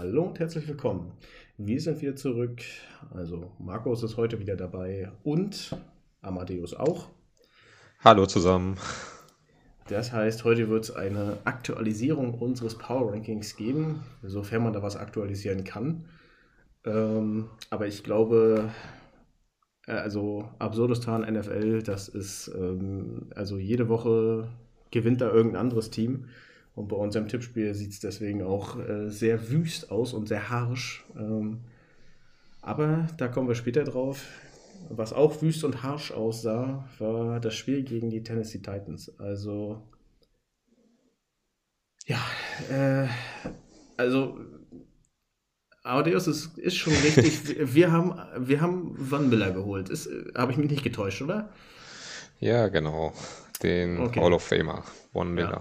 Hallo und herzlich willkommen. Wir sind wieder zurück. Also Markus ist heute wieder dabei und Amadeus auch. Hallo zusammen. Das heißt, heute wird es eine Aktualisierung unseres Power Rankings geben, sofern man da was aktualisieren kann. Aber ich glaube, also Absurdistan NFL, das ist, also jede Woche gewinnt da irgendein anderes Team. Und bei unserem Tippspiel sieht es deswegen auch sehr wüst aus und sehr harsch. Aber da kommen wir später drauf. Was auch wüst und harsch aussah, war das Spiel gegen die Tennessee Titans. Also, ja, äh, also Amadeus ist schon richtig. Wir haben Van Miller geholt. Habe ich mich nicht getäuscht, oder? Ja, genau. Den Okay, Hall of Famer, Von ja. Miller.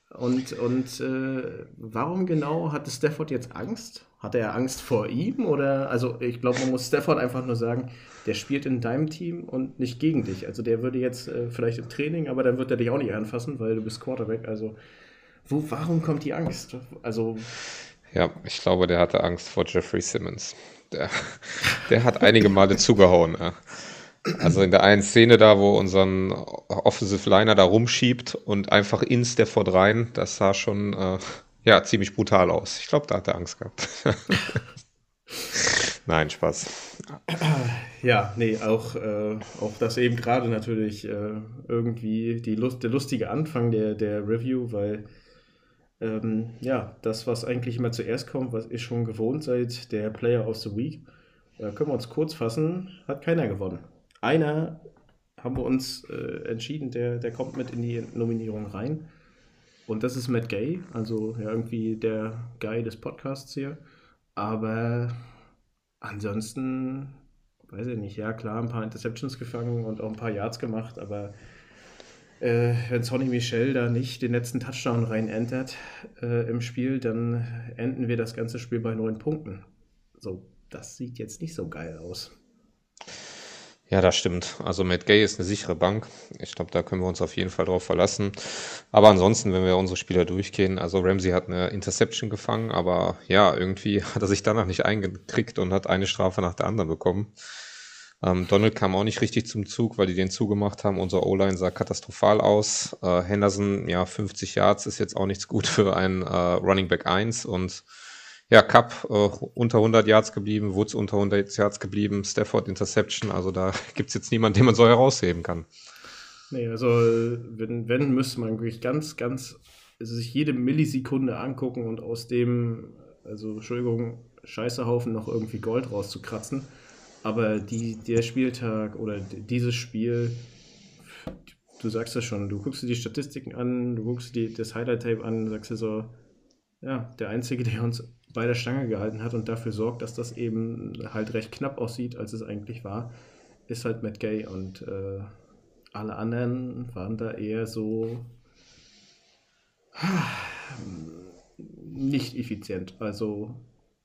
Und warum genau hatte Stafford jetzt Angst? Hatte er Angst vor ihm? Oder, also ich glaube, man muss Stafford einfach nur sagen, der spielt in deinem Team und nicht gegen dich. Also der würde jetzt vielleicht im Training, aber dann wird er dich auch nicht anfassen, weil du bist Quarterback. Also warum kommt die Angst? Also, Ja, ich glaube, der hatte Angst vor Jeffrey Simmons. Der, der hat einige Male zugehauen. Ja. Also in der einen Szene da, wo unseren Offensive Liner da rumschiebt und einfach in Stafford rein, das sah schon ja, ziemlich brutal aus. Ich glaube, da hat er Angst gehabt. Nein, Spaß. ja, nee, auch das eben gerade natürlich irgendwie der lustige Anfang der Review, weil ja, das, was eigentlich immer zuerst kommt, was ihr schon gewohnt seid, der Player of the Week, können wir uns kurz fassen, hat keiner gewonnen. Einer haben wir uns entschieden, der kommt mit in die Nominierung rein. Und das ist Matt Gay, also ja, irgendwie der Guy des Podcasts hier. Aber ansonsten, weiß ich nicht, ja klar, ein paar Interceptions gefangen und auch ein paar Yards gemacht, aber wenn Sonny Michel da nicht den letzten Touchdown rein entert im Spiel, dann enden wir das ganze Spiel bei 9 Punkten. So, das sieht jetzt nicht so geil aus. Ja, das stimmt. Also Matt Gay ist eine sichere Bank. Ich glaube, da können wir uns auf jeden Fall drauf verlassen. Aber ansonsten, wenn wir unsere Spieler durchgehen, also Ramsey hat eine Interception gefangen, aber ja, irgendwie hat er sich danach nicht eingekriegt und hat eine Strafe nach der anderen bekommen. Donald kam auch nicht richtig zum Zug, weil die den zugemacht haben. Unser O-Line sah katastrophal aus. Henderson, ja, 50 Yards ist jetzt auch nichts gut für einen Running Back 1 und ja, Cup unter 100 Yards geblieben, Woods unter 100 Yards geblieben, Stafford Interception, also da gibt's jetzt niemanden, den man so herausheben kann. Nee, also wenn müsste man wirklich ganz, also sich jede Millisekunde angucken und aus dem, also Entschuldigung, Scheißehaufen noch irgendwie Gold rauszukratzen. Aber der Spieltag oder dieses Spiel, du sagst das schon, du guckst dir die Statistiken an, du guckst dir das Highlight-Tape an, sagst dir so, ja, der Einzige, der uns bei der Stange gehalten hat und dafür sorgt, dass das eben halt recht knapp aussieht, als es eigentlich war, ist halt Matt Gay und alle anderen waren da eher so nicht effizient. Also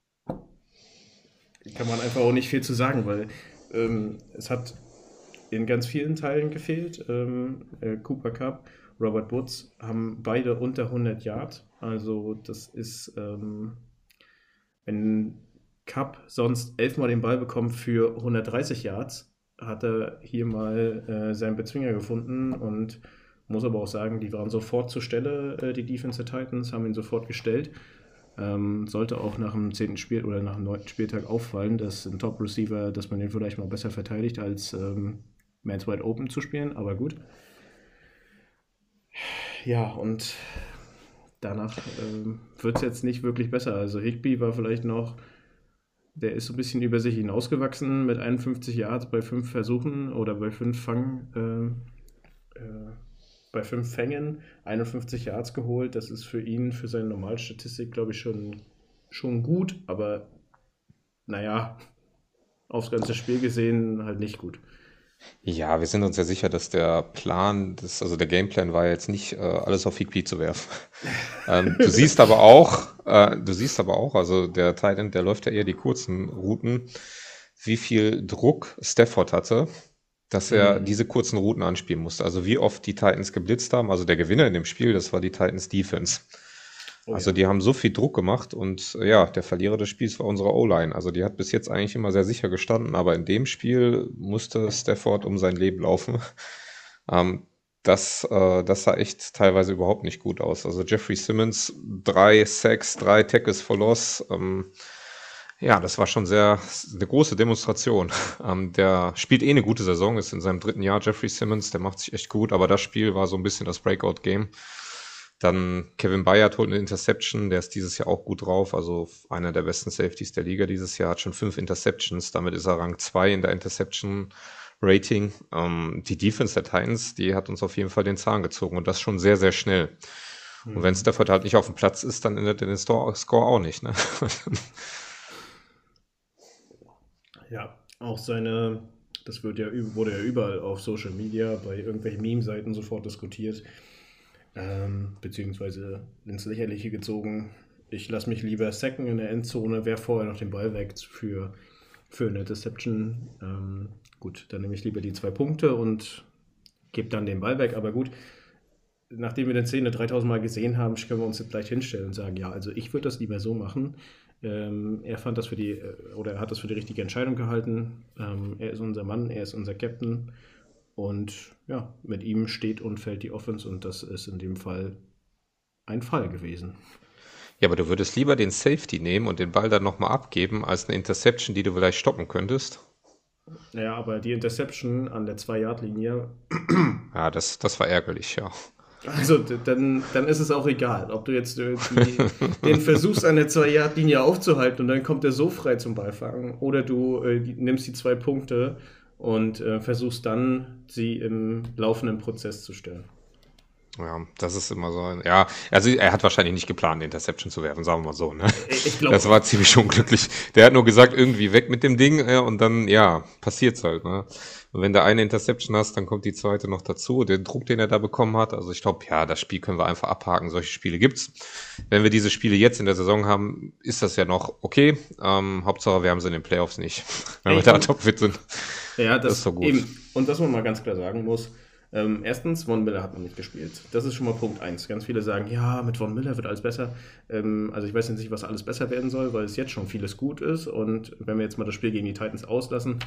kann man einfach auch nicht viel zu sagen, weil es hat in ganz vielen Teilen gefehlt. Cooper Cup, Robert Woods haben beide unter 100 Yards. Also das ist, wenn Cup sonst 11 Mal den Ball bekommt für 130 Yards, hat er hier mal seinen Bezwinger gefunden und muss aber auch sagen, die waren sofort zur Stelle, die Defense der Titans, haben ihn sofort gestellt. Sollte auch nach dem 10. Spiel oder nach dem 9. Spieltag auffallen, dass ein Top-Receiver, dass man den vielleicht mal besser verteidigt, als Man's Wide Open zu spielen, aber gut. Ja, und danach wird es jetzt nicht wirklich besser. Also Higby war vielleicht noch, der ist so ein bisschen über sich hinausgewachsen mit 51 Yards bei 5 Versuchen oder bei 5 bei 5 Fängen, 51 Yards geholt. Das ist für ihn, für seine Normalstatistik, glaube ich, schon gut, aber naja, aufs ganze Spiel gesehen halt nicht gut. Ja, wir sind uns ja sicher, dass der Plan, also der Gameplan war ja jetzt nicht, alles auf Higby zu werfen. Du siehst aber auch, also der Tight End, der läuft ja eher die kurzen Routen, wie viel Druck Stafford hatte, dass er Hm. diese kurzen Routen anspielen musste. Also wie oft die Titans geblitzt haben. Also der Gewinner in dem Spiel, das war die Titans Defense. Oh Also ja. die haben so viel Druck gemacht und ja, der Verlierer des Spiels war unsere O-Line. Also die hat bis jetzt eigentlich immer sehr sicher gestanden, aber in dem Spiel musste Stafford um sein Leben laufen. Ähm, das sah echt teilweise überhaupt nicht gut aus. Also Jeffrey Simmons, 3 Sacks, 3 Tackles for Loss. Ja, das war schon eine große Demonstration. Der spielt eh eine gute Saison, ist in seinem 3. Jahr, Jeffrey Simmons, der macht sich echt gut, aber das Spiel war so ein bisschen das Breakout-Game. Dann Kevin Byard holt eine Interception, der ist dieses Jahr auch gut drauf, also einer der besten Safeties der Liga dieses Jahr, hat schon 5 Interceptions, damit ist er Rang 2 in der Interception-Rating. Die Defense der Titans, die hat uns auf jeden Fall den Zahn gezogen und das schon sehr, sehr schnell. Und wenn Mhm. Stafford halt nicht auf dem Platz ist, dann ändert er den Score auch nicht, ne? Ja, auch das wurde ja überall auf Social Media, bei irgendwelchen Meme-Seiten sofort diskutiert, beziehungsweise ins Lächerliche gezogen. Ich lasse mich lieber sacken in der Endzone, werf vorher noch den Ball weg für eine Deception. Gut, dann nehme ich lieber die 2 Punkte und gebe dann den Ball weg. Aber gut, nachdem wir den Szene 3000 Mal gesehen haben, können wir uns jetzt gleich hinstellen und sagen, ja, also ich würde das lieber so machen. Er fand das oder er hat das für die richtige Entscheidung gehalten. Er ist unser Mann, er ist unser Captain. Und ja, mit ihm steht und fällt die Offense und das ist in dem Fall ein Fall gewesen. Ja, aber du würdest lieber den Safety nehmen und den Ball dann nochmal abgeben, als eine Interception, die du vielleicht stoppen könntest. Ja, aber die Interception an der 2-Yard-Linie, Ja, das war ärgerlich, ja. also dann ist es auch egal, ob du jetzt den versuchst an der 2-Yard-Linie aufzuhalten und dann kommt er so frei zum Ballfangen oder du nimmst die 2 Punkte und versuchst dann, sie im laufenden Prozess zu stellen. Ja, das ist immer so. Ja, also er hat wahrscheinlich nicht geplant, eine Interception zu werfen, sagen wir mal so. Ne? Ich glaube Das auch. war ziemlich unglücklich. Der hat nur gesagt, irgendwie weg mit dem Ding, ja, und dann, ja, passiert's halt. Ne? Und wenn du eine Interception hast, dann kommt die zweite noch dazu. Den Druck, den er da bekommen hat. Also ich glaube, ja, das Spiel können wir einfach abhaken. Solche Spiele gibt's. Wenn wir diese Spiele jetzt in der Saison haben, ist das ja noch okay. Hauptsache, wir haben sie in den Playoffs nicht. Wenn wir Ey, da und topfit sind, ja, das ist das so gut. eben. Und was man mal ganz klar sagen muss, erstens, Von Miller hat noch nicht gespielt. Das ist schon mal Punkt eins. Ganz viele sagen, ja, mit Von Miller wird alles besser. Also ich weiß jetzt nicht, was alles besser werden soll, weil es jetzt schon vieles gut ist. Und wenn wir jetzt mal das Spiel gegen die Titans auslassen,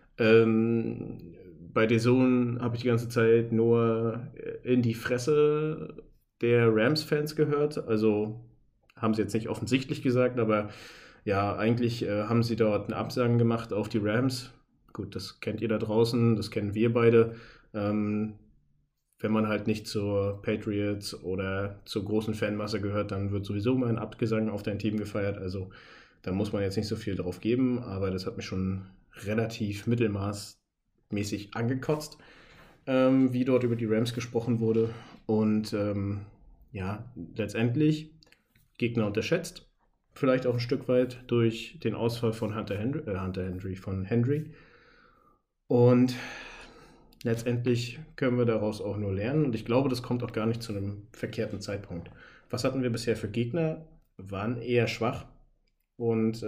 ähm, bei der Zone habe ich die ganze Zeit nur in die Fresse der Rams-Fans gehört. Also haben sie jetzt nicht offensichtlich gesagt, aber ja, eigentlich haben sie dort eine Absagen gemacht auf die Rams. Gut, das kennt ihr da draußen, das kennen wir beide. Ähm, Wenn man halt nicht zur Patriots oder zur großen Fanmasse gehört, dann wird sowieso mal ein Abgesang auf dein Team gefeiert. Also da muss man jetzt nicht so viel drauf geben, aber das hat mich schon relativ mittelmaßmäßig angekotzt, wie dort über die Rams gesprochen wurde. Und ja, letztendlich Gegner unterschätzt, vielleicht auch ein Stück weit durch den Ausfall von von Henry. Und letztendlich können wir daraus auch nur lernen und ich glaube, das kommt auch gar nicht zu einem verkehrten Zeitpunkt. Was hatten wir bisher für Gegner? Waren eher schwach und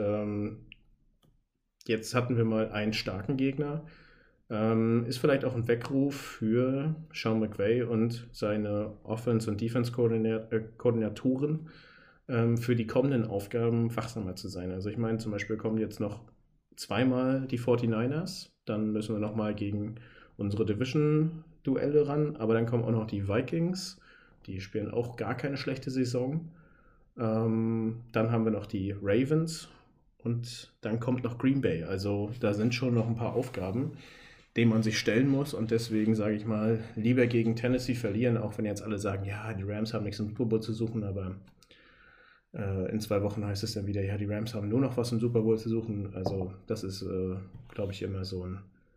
jetzt hatten wir mal einen starken Gegner. Ist vielleicht auch ein Weckruf für Sean McVay und seine Offense- und Defense-Koordinatoren für die kommenden Aufgaben wachsamer zu sein. Also ich meine, zum Beispiel kommen jetzt noch zweimal die 49ers, dann müssen wir nochmal gegen unsere Division-Duelle ran, aber dann kommen auch noch die Vikings, die spielen auch gar keine schlechte Saison. Dann haben wir noch die Ravens und dann kommt noch Green Bay. Also da sind schon noch ein paar Aufgaben, denen man sich stellen muss und deswegen sage ich mal, lieber gegen Tennessee verlieren, auch wenn jetzt alle sagen, ja, die Rams haben nichts im Super Bowl zu suchen, aber in 2 Wochen heißt es dann wieder, ja, die Rams haben nur noch was im Super Bowl zu suchen. Also das ist, glaube ich, immer so ein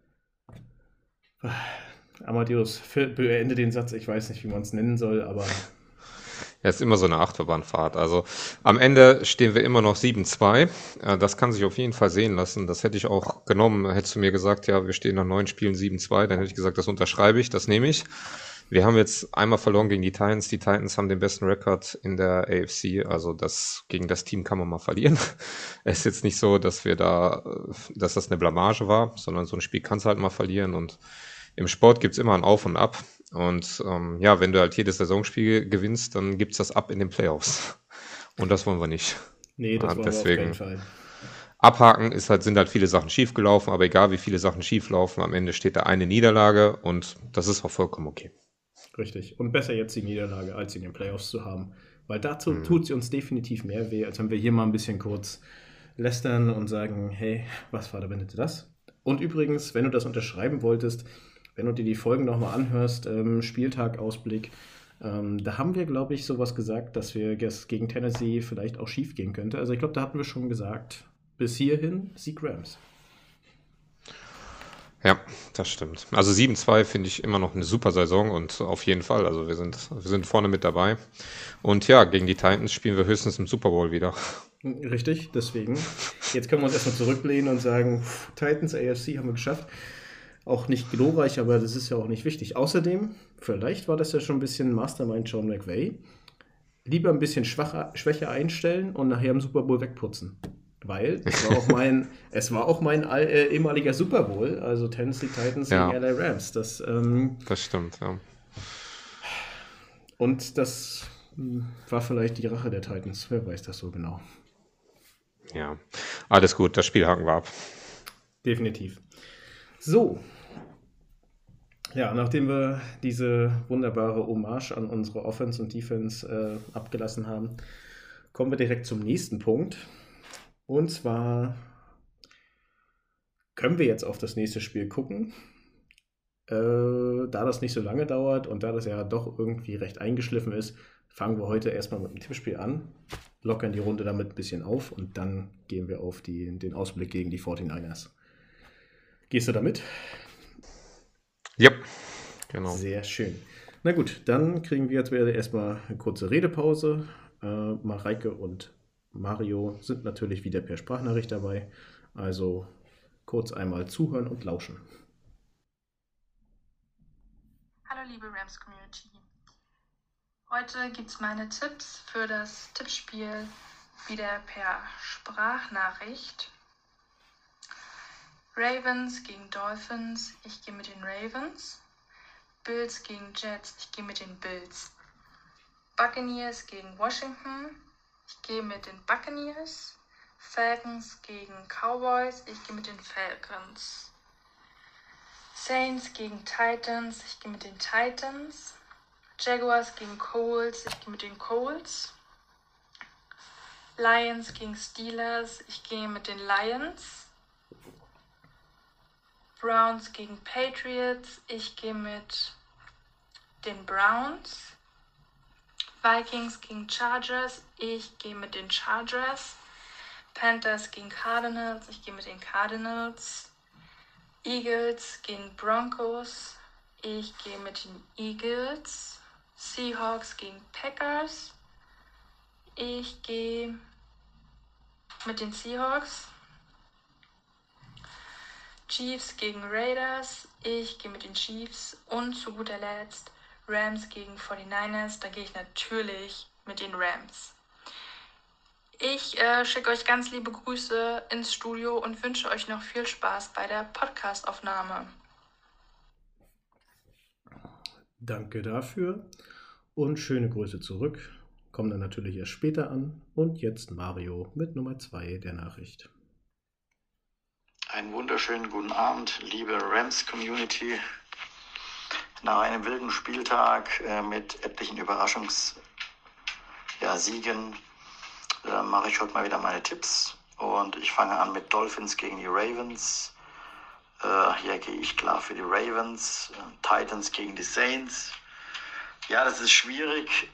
Amadeus, beende den Satz, ich weiß nicht, wie man es nennen soll, aber Ja, ist immer so eine Achterbahnfahrt. Also am Ende stehen wir immer noch 7-2. Das kann sich auf jeden Fall sehen lassen. Das hätte ich auch genommen. Hättest du mir gesagt, ja, wir stehen nach 9 Spielen 7-2, dann hätte ich gesagt, das unterschreibe ich, das nehme ich. Wir haben jetzt einmal verloren gegen die Titans. Die Titans haben den besten Rekord in der AFC. Also gegen das Team kann man mal verlieren. Es ist jetzt nicht so, dass dass das eine Blamage war, sondern so ein Spiel kannst du halt mal verlieren. Und im Sport gibt's immer ein Auf und Ab. Und ja, wenn du halt jedes Saisonspiel gewinnst, dann gibt's das Ab in den Playoffs. Und das wollen wir nicht. Nee, das wollen wir auf keinen Deswegen Fall. abhaken sind halt viele Sachen schiefgelaufen, aber egal wie viele Sachen schieflaufen, am Ende steht da eine Niederlage und das ist auch vollkommen okay. Richtig. Und besser jetzt die Niederlage, als sie in den Playoffs zu haben. Weil dazu Mhm. tut sie uns definitiv mehr weh, als wenn wir hier mal ein bisschen kurz lästern und sagen, hey, was war da bitte das? Und übrigens, wenn du das unterschreiben wolltest, wenn du dir die Folgen nochmal anhörst, Spieltag-Ausblick, da haben wir, glaube ich, sowas gesagt, dass wir gegen Tennessee vielleicht auch schief gehen könnte. Also ich glaube, da hatten wir schon gesagt, bis hierhin Sieg Rams. Ja, das stimmt. Also 7-2 finde ich immer noch eine super Saison und auf jeden Fall. Also wir sind vorne mit dabei. Und ja, gegen die Titans spielen wir höchstens im Super Bowl wieder. Richtig, deswegen. Jetzt können wir uns erstmal zurücklehnen und sagen, Titans, AFC haben wir geschafft. Auch nicht glorreich, aber das ist ja auch nicht wichtig. Außerdem, vielleicht war das ja schon ein bisschen Mastermind Sean McVay. Lieber ein bisschen schwächer einstellen und nachher im Super Bowl wegputzen. Weil es war auch mein ehemaliger Super Bowl, also Tennessee Titans Ja. gegen LA Rams. Das Stimmt, ja. Und das war vielleicht die Rache der Titans. Wer weiß das so genau. Ja, alles gut, das Spiel haken wir ab. Definitiv. So. Ja, nachdem wir diese wunderbare Hommage an unsere Offense und Defense abgelassen haben, kommen wir direkt zum nächsten Punkt. Und zwar können wir jetzt auf das nächste Spiel gucken. Da das nicht so lange dauert und da das ja doch irgendwie recht eingeschliffen ist, fangen wir heute erstmal mit dem Tippspiel an, lockern die Runde damit ein bisschen auf und dann gehen wir auf den Ausblick gegen die 49ers. Gehst du damit? Ja, genau. Sehr schön. Na gut, dann kriegen wir jetzt wieder erstmal eine kurze Redepause. Mareike und Mario sind natürlich wieder per Sprachnachricht dabei. Also kurz einmal zuhören und lauschen. Hallo liebe Rams Community. Heute gibt es meine Tipps für das Tippspiel wieder per Sprachnachricht. Ravens gegen Dolphins, ich gehe mit den Ravens. Bills gegen Jets, ich gehe mit den Bills. Buccaneers gegen Washington, ich gehe mit den Buccaneers. Falcons gegen Cowboys, ich gehe mit den Falcons. Saints gegen Titans, ich gehe mit den Titans. Jaguars gegen Colts, ich gehe mit den Colts. Lions gegen Steelers, ich gehe mit den Lions. Browns gegen Patriots, ich gehe mit den Browns. Vikings gegen Chargers, ich gehe mit den Chargers. Panthers gegen Cardinals, ich gehe mit den Cardinals. Eagles gegen Broncos, ich gehe mit den Eagles. Seahawks gegen Packers, ich gehe mit den Seahawks. Chiefs gegen Raiders, ich gehe mit den Chiefs. Und zu guter Letzt Rams gegen 49ers, da gehe ich natürlich mit den Rams. Ich schicke euch ganz liebe Grüße ins Studio und wünsche euch noch viel Spaß bei der Podcastaufnahme. Danke dafür und schöne Grüße zurück. Kommen dann natürlich erst später an. Und jetzt Mario mit Nummer 2 der Nachricht. Einen wunderschönen guten Abend, liebe Rams-Community. Nach einem wilden Spieltag mit etlichen Überraschungssiegen mache ich heute mal wieder meine Tipps. Und ich fange an mit Dolphins gegen die Ravens. Hier gehe ich klar für die Ravens. Titans gegen die Saints. Ja, das ist schwierig.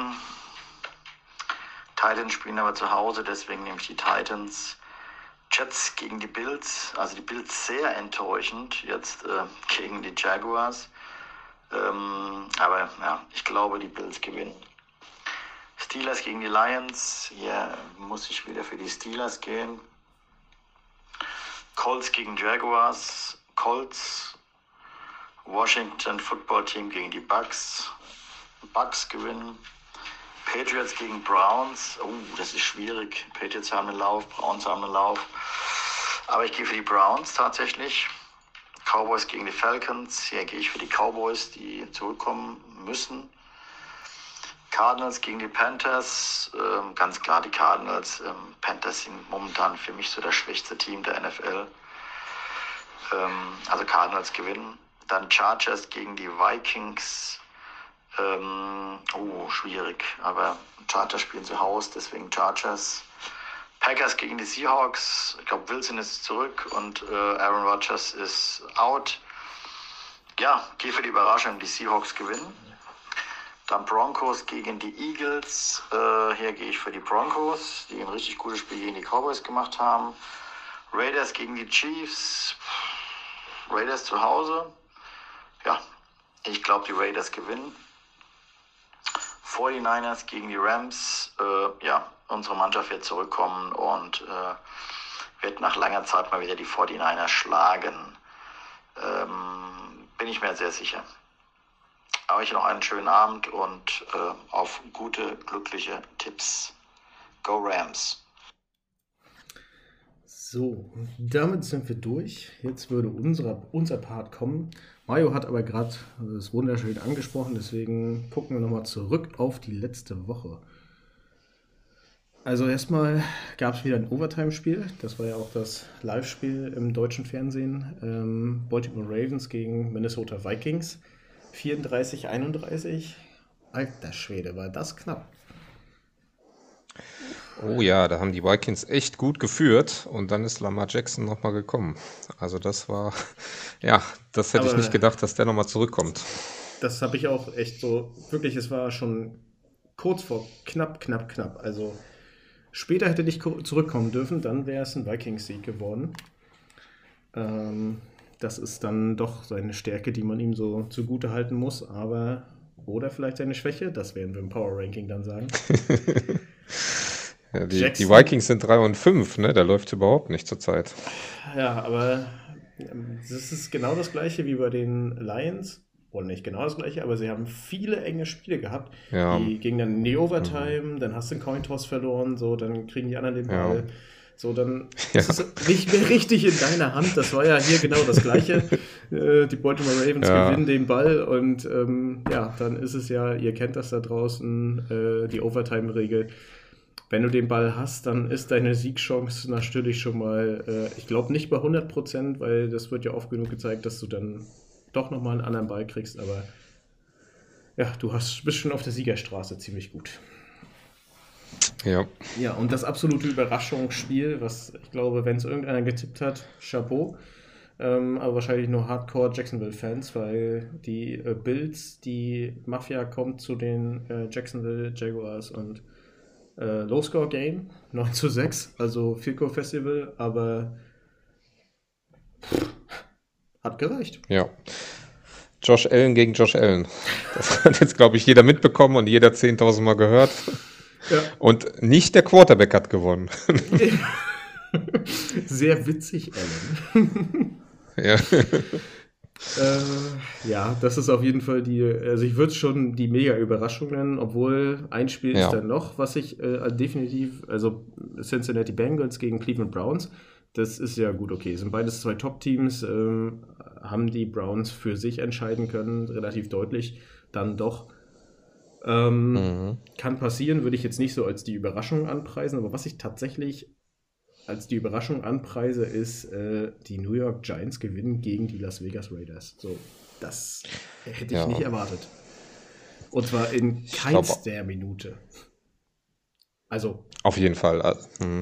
Titans spielen aber zu Hause, deswegen nehme ich die Titans. Jets gegen die Bills, also die Bills sehr enttäuschend jetzt gegen die Jaguars. Aber ja, ich glaube, die Bills gewinnen. Steelers gegen die Lions, hier muss ich wieder für die Steelers gehen. Colts gegen Jaguars, Colts. Washington Football Team gegen die Bucks, Bucks gewinnen. Patriots gegen Browns, das ist schwierig. Patriots haben einen Lauf, Browns haben einen Lauf. Aber ich gehe für die Browns tatsächlich. Cowboys gegen die Falcons, hier gehe ich für die Cowboys, die zurückkommen müssen. Cardinals gegen die Panthers, ganz klar die Cardinals. Panthers sind momentan für mich so das schwächste Team der NFL. Also Cardinals gewinnen. Dann Chargers gegen die Vikings. Schwierig, aber Chargers spielen zu Hause, deswegen Chargers. Packers gegen die Seahawks. Ich glaube, Wilson ist zurück und Aaron Rodgers ist out. Ja, gehe für die Überraschung, die Seahawks gewinnen. Dann Broncos gegen die Eagles. Hier gehe ich für die Broncos, die ein richtig gutes Spiel gegen die Cowboys gemacht haben. Raiders gegen die Chiefs. Raiders zu Hause. Ja, ich glaube, die Raiders gewinnen. 49ers gegen die Rams. Unsere Mannschaft wird zurückkommen und wird nach langer Zeit mal wieder die 49ers schlagen. Bin ich mir sehr sicher. Aber ich noch einen schönen Abend und auf gute, glückliche Tipps. Go Rams! So, damit sind wir durch. Jetzt würde unser Part kommen. Mario hat aber gerade das wunderschön angesprochen, deswegen gucken wir nochmal zurück auf die letzte Woche. Also erstmal gab es wieder ein Overtime-Spiel. Das war ja auch das Live-Spiel im deutschen Fernsehen. Baltimore Ravens gegen Minnesota Vikings. 34-31. Alter Schwede, war das knapp. Oh ja, da haben die Vikings echt gut geführt und dann ist Lamar Jackson nochmal gekommen. Also das war, ja, das hätte ich nicht gedacht, dass der nochmal zurückkommt. Das habe ich auch echt so, wirklich, es war schon kurz vor knapp. Also später hätte ich zurückkommen dürfen, dann wäre es ein Vikings-Sieg geworden. Das ist dann doch seine Stärke, die man ihm so zugute halten muss, aber oder vielleicht seine Schwäche, das werden wir im Power Ranking dann sagen. Ja, die Vikings sind 3-5, ne? Da läuft überhaupt nicht zurzeit. Ja, aber das ist genau das gleiche wie bei den Lions. Oder nicht genau das gleiche, aber sie haben viele enge Spiele gehabt. Ja. Die gingen dann in die Overtime, dann hast du den Cointoss verloren, so, dann kriegen die anderen den Ball. Ja. So, dann ist es nicht mehr richtig in deiner Hand. Das war ja hier genau das Gleiche. Die Baltimore Ravens gewinnen den Ball und dann ist es ja, ihr kennt das da draußen, die Overtime-Regel. Wenn du den Ball hast, dann ist deine Siegchance natürlich schon mal, ich glaube nicht bei 100%, weil das wird ja oft genug gezeigt, dass du dann doch nochmal einen anderen Ball kriegst, aber ja, bist schon auf der Siegerstraße ziemlich gut. Ja. Ja, und das absolute Überraschungsspiel, was ich glaube, wenn es irgendeiner getippt hat, Chapeau, aber wahrscheinlich nur Hardcore Jacksonville-Fans, weil die Bills, die Mafia kommt zu den Jacksonville Jaguars und Low-Score-Game, 9-6, also Field Goal Festival, aber hat gereicht. Ja. Josh Allen gegen Josh Allen. Das hat jetzt, glaube ich, jeder mitbekommen und jeder 10.000 Mal gehört. Ja. Und nicht der Quarterback hat gewonnen. Sehr witzig, Allen. Ja. Ja, das ist auf jeden Fall also ich würde es schon die Mega-Überraschung nennen, obwohl ein Spiel ist dann noch, was ich definitiv, also Cincinnati Bengals gegen Cleveland Browns, das ist ja gut, okay, sind beides zwei Top-Teams, haben die Browns für sich entscheiden können, relativ deutlich, dann doch. Kann passieren, würde ich jetzt nicht so als die Überraschung anpreisen, aber was ich tatsächlich als die Überraschung anpreise, ist, die New York Giants gewinnen gegen die Las Vegas Raiders. So, das hätte ich nicht erwartet. Und zwar in keinster Minute. Also. Auf jeden Fall.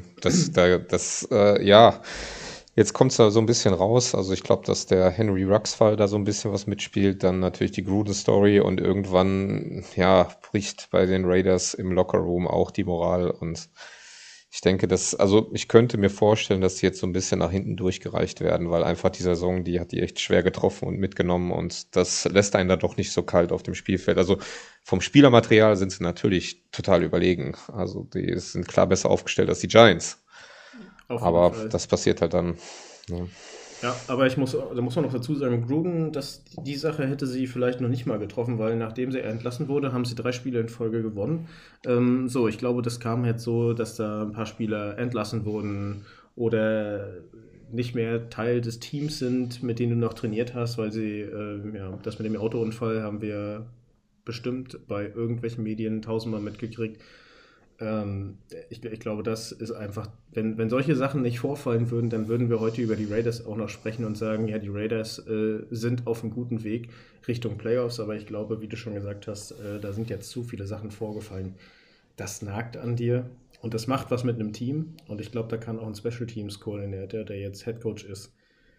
Jetzt kommt es da so ein bisschen raus. Also ich glaube, dass der Henry Ruggs-Fall da so ein bisschen was mitspielt. Dann natürlich die Gruden-Story und irgendwann, bricht bei den Raiders im Lockerroom auch die Moral. Und ich denke, ich könnte mir vorstellen, dass die jetzt so ein bisschen nach hinten durchgereicht werden, weil einfach die Saison, die hat die echt schwer getroffen und mitgenommen und das lässt einen da doch nicht so kalt auf dem Spielfeld. Also vom Spielermaterial sind sie natürlich total überlegen. Also die sind klar besser aufgestellt als die Giants. Aber das passiert halt dann. Ja. Ja, aber da muss man noch dazu sagen, Gruden, die Sache hätte sie vielleicht noch nicht mal getroffen, weil nachdem sie entlassen wurde, haben sie 3 Spiele in Folge gewonnen. Ich glaube, das kam jetzt so, dass da ein paar Spieler entlassen wurden oder nicht mehr Teil des Teams sind, mit denen du noch trainiert hast, weil sie, das mit dem Autounfall haben wir bestimmt bei irgendwelchen Medien tausendmal mitgekriegt. Ich glaube, das ist einfach, wenn solche Sachen nicht vorfallen würden, dann würden wir heute über die Raiders auch noch sprechen und sagen, ja, die Raiders sind auf einem guten Weg Richtung Playoffs, aber ich glaube, wie du schon gesagt hast, da sind jetzt zu viele Sachen vorgefallen. Das nagt an dir und das macht was mit einem Team und ich glaube, da kann auch ein Special Teams Coordinator, der jetzt Head Coach ist,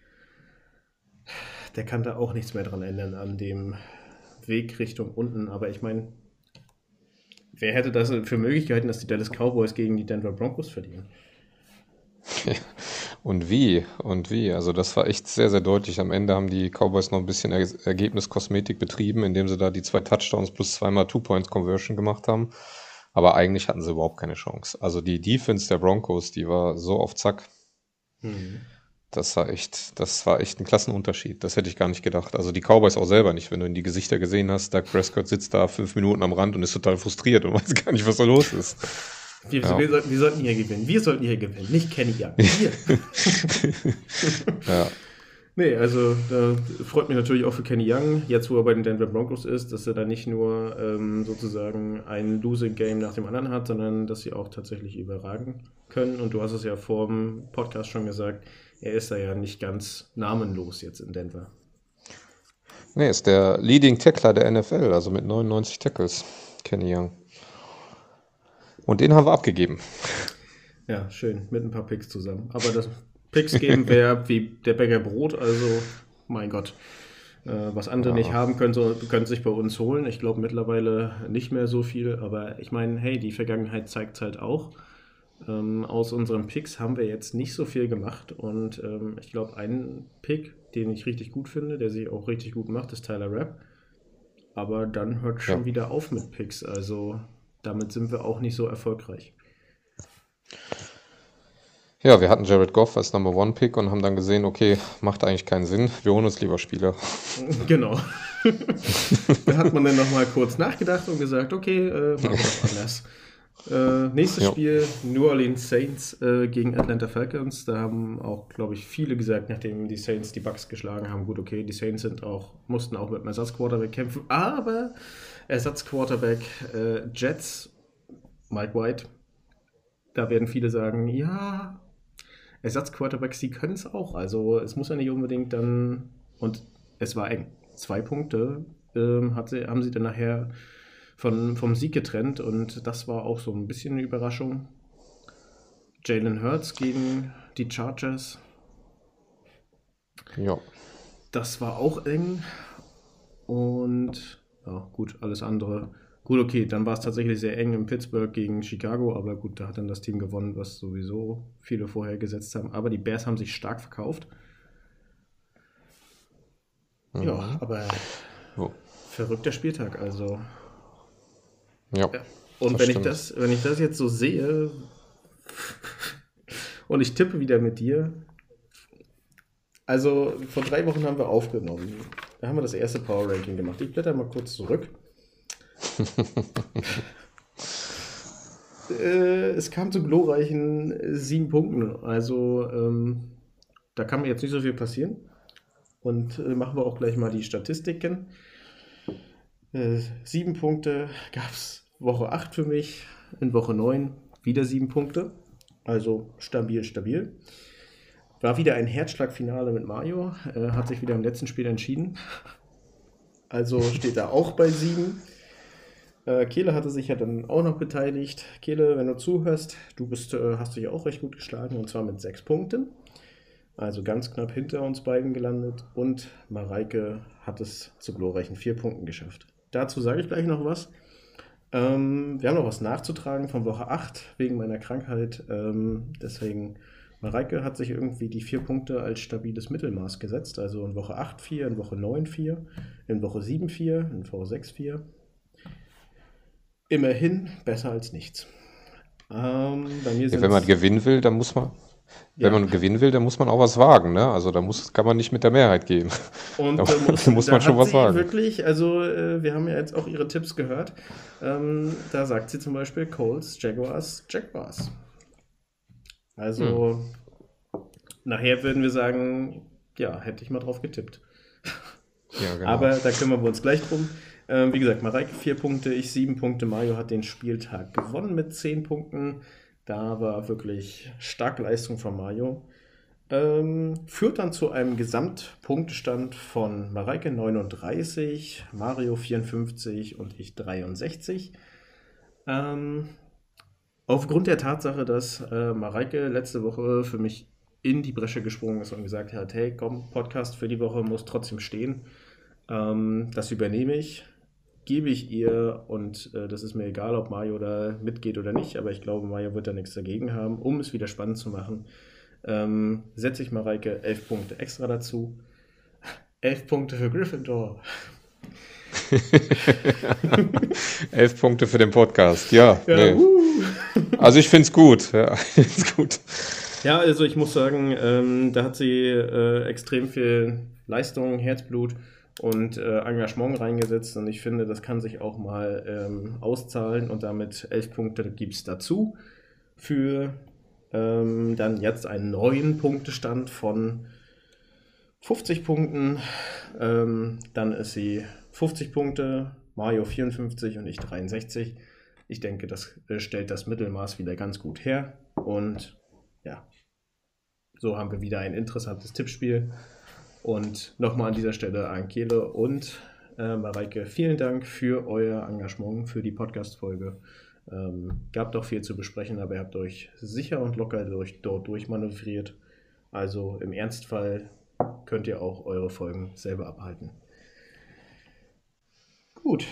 der kann da auch nichts mehr dran ändern an dem Weg Richtung unten, aber ich meine, wer hätte das für Möglichkeiten, dass die Dallas Cowboys gegen die Denver Broncos verlieren? Und wie? Also das war echt sehr, sehr deutlich. Am Ende haben die Cowboys noch ein bisschen Ergebniskosmetik betrieben, indem sie da die 2 Touchdowns plus zweimal Two-Points-Conversion gemacht haben. Aber eigentlich hatten sie überhaupt keine Chance. Also die Defense der Broncos, die war so auf Zack. Das war echt ein Klassenunterschied. Das hätte ich gar nicht gedacht. Also die Cowboys auch selber nicht. Wenn du in die Gesichter gesehen hast, Dak Prescott sitzt da 5 Minuten am Rand und ist total frustriert und weiß gar nicht, was da los ist. Wir sollten hier gewinnen. Wir sollten hier gewinnen, nicht Kenny Young. Wir. Ja. Nee, also da freut mich natürlich auch für Kenny Young, jetzt wo er bei den Denver Broncos ist, dass er da nicht nur sozusagen ein Losing Game nach dem anderen hat, sondern dass sie auch tatsächlich überragen können. Und du hast es ja vor dem Podcast schon gesagt, er ist da ja nicht ganz namenlos jetzt in Denver. Nee, ist der Leading Tackler der NFL, also mit 99 Tackles, Kenny Young. Und den haben wir abgegeben. Ja, schön, mit ein paar Picks zusammen. Aber das Picks geben wäre wie der Bäcker Brot, also mein Gott. Was andere nicht haben können sich bei uns holen. Ich glaube mittlerweile nicht mehr so viel, aber ich meine, hey, die Vergangenheit zeigt es halt auch. Aus unseren Picks haben wir jetzt nicht so viel gemacht und ich glaube, einen Pick, den ich richtig gut finde, der sich auch richtig gut macht, ist Tyler Rapp. Aber dann hört schon wieder auf mit Picks, also damit sind wir auch nicht so erfolgreich. Ja, wir hatten Jared Goff als Number One Pick und haben dann gesehen, okay, macht eigentlich keinen Sinn, wir holen uns lieber Spieler. Genau. Da hat man dann nochmal kurz nachgedacht und gesagt, okay, machen wir das anders. Nächstes Spiel, New Orleans Saints gegen Atlanta Falcons. Da haben auch, glaube ich, viele gesagt, nachdem die Saints die Bucks geschlagen haben, gut, okay, die Saints mussten auch mit einem Ersatzquarterback kämpfen, aber Ersatzquarterback Jets, Mike White, da werden viele sagen, ja, Ersatzquarterbacks, die können es auch. Also es muss ja nicht unbedingt dann, und es war eng. 2 Punkte haben sie dann nachher vom Sieg getrennt und das war auch so ein bisschen eine Überraschung. Jalen Hurts gegen die Chargers. Ja. Das war auch eng und ja, gut, alles andere. Gut, okay, dann war es tatsächlich sehr eng in Pittsburgh gegen Chicago, aber gut, da hat dann das Team gewonnen, was sowieso viele vorher gesetzt haben. Aber die Bears haben sich stark verkauft. Ja, aber verrückter Spieltag, also. Ja. Und wenn ich das jetzt so sehe und ich tippe wieder mit dir, also vor 3 Wochen haben wir aufgenommen. Da haben wir das erste Power Ranking gemacht. Ich blätter mal kurz zurück. Es kam zu glorreichen 7 Punkten. Also da kann mir jetzt nicht so viel passieren. Und machen wir auch gleich mal die Statistiken. 7 Punkte gab es Woche 8 für mich. In Woche 9 wieder 7 Punkte. Also stabil. War wieder ein Herzschlagfinale mit Mario. Hat sich wieder im letzten Spiel entschieden. Also steht er auch bei 7. Kehle hatte sich ja dann auch noch beteiligt. Kehle, wenn du zuhörst, hast dich auch recht gut geschlagen und zwar mit 6 Punkten. Also ganz knapp hinter uns beiden gelandet und Mareike hat es zu glorreichen 4 Punkten geschafft. Dazu sage ich gleich noch was. Wir haben noch was nachzutragen von Woche 8 wegen meiner Krankheit. Deswegen, Mareike hat sich irgendwie die 4 Punkte als stabiles Mittelmaß gesetzt. Also in Woche 8 4, in Woche 9 4, in Woche 7 4, in Woche 6 4. Immerhin besser als nichts. Bei mir Wenn man gewinnen will, dann muss man. Wenn man gewinnen will, dann muss man auch was wagen, ne? Also kann man nicht mit der Mehrheit gehen. Und da muss man schon was wagen. Wirklich, also wir haben ja jetzt auch ihre Tipps gehört. Da sagt sie zum Beispiel Colts, Jaguars. Also nachher würden wir sagen, ja, hätte ich mal drauf getippt. Ja, genau. Aber da kümmern wir uns gleich drum. Wie gesagt, Mareike 4 Punkte, ich 7 Punkte. Mario hat den Spieltag gewonnen mit 10 Punkten. Da war wirklich starke Leistung von Mario. Führt dann zu einem Gesamtpunktestand von Mareike 39, Mario 54 und ich 63. Aufgrund der Tatsache, dass Mareike letzte Woche für mich in die Bresche gesprungen ist und gesagt hat, hey, komm, Podcast für die Woche muss trotzdem stehen. Das übernehme ich, gebe ich ihr und das ist mir egal, ob Mario da mitgeht oder nicht, aber ich glaube, Mario wird da nichts dagegen haben, um es wieder spannend zu machen. Setze ich Mareike 11 Punkte extra dazu. 11 Punkte für Gryffindor. 11 Punkte für den Podcast, ja. Ja, Nee. Also ich finde es gut. Ja, Ja, also ich muss sagen, da hat sie extrem viel Leistung, Herzblut und Engagement reingesetzt und ich finde, das kann sich auch mal auszahlen und damit 11 Punkte gibt es dazu für dann jetzt einen neuen Punktestand von 50 Punkten. Dann ist sie 50 Punkte, Mario 54 und ich 63. Ich denke, das stellt das Mittelmaß wieder ganz gut her. Und ja, so haben wir wieder ein interessantes Tippspiel. Und nochmal an dieser Stelle an Kele und Mareike, vielen Dank für euer Engagement, für die Podcast-Folge. Gab doch viel zu besprechen, aber ihr habt euch sicher und locker dort durchmanövriert. Also im Ernstfall könnt ihr auch eure Folgen selber abhalten. Gut.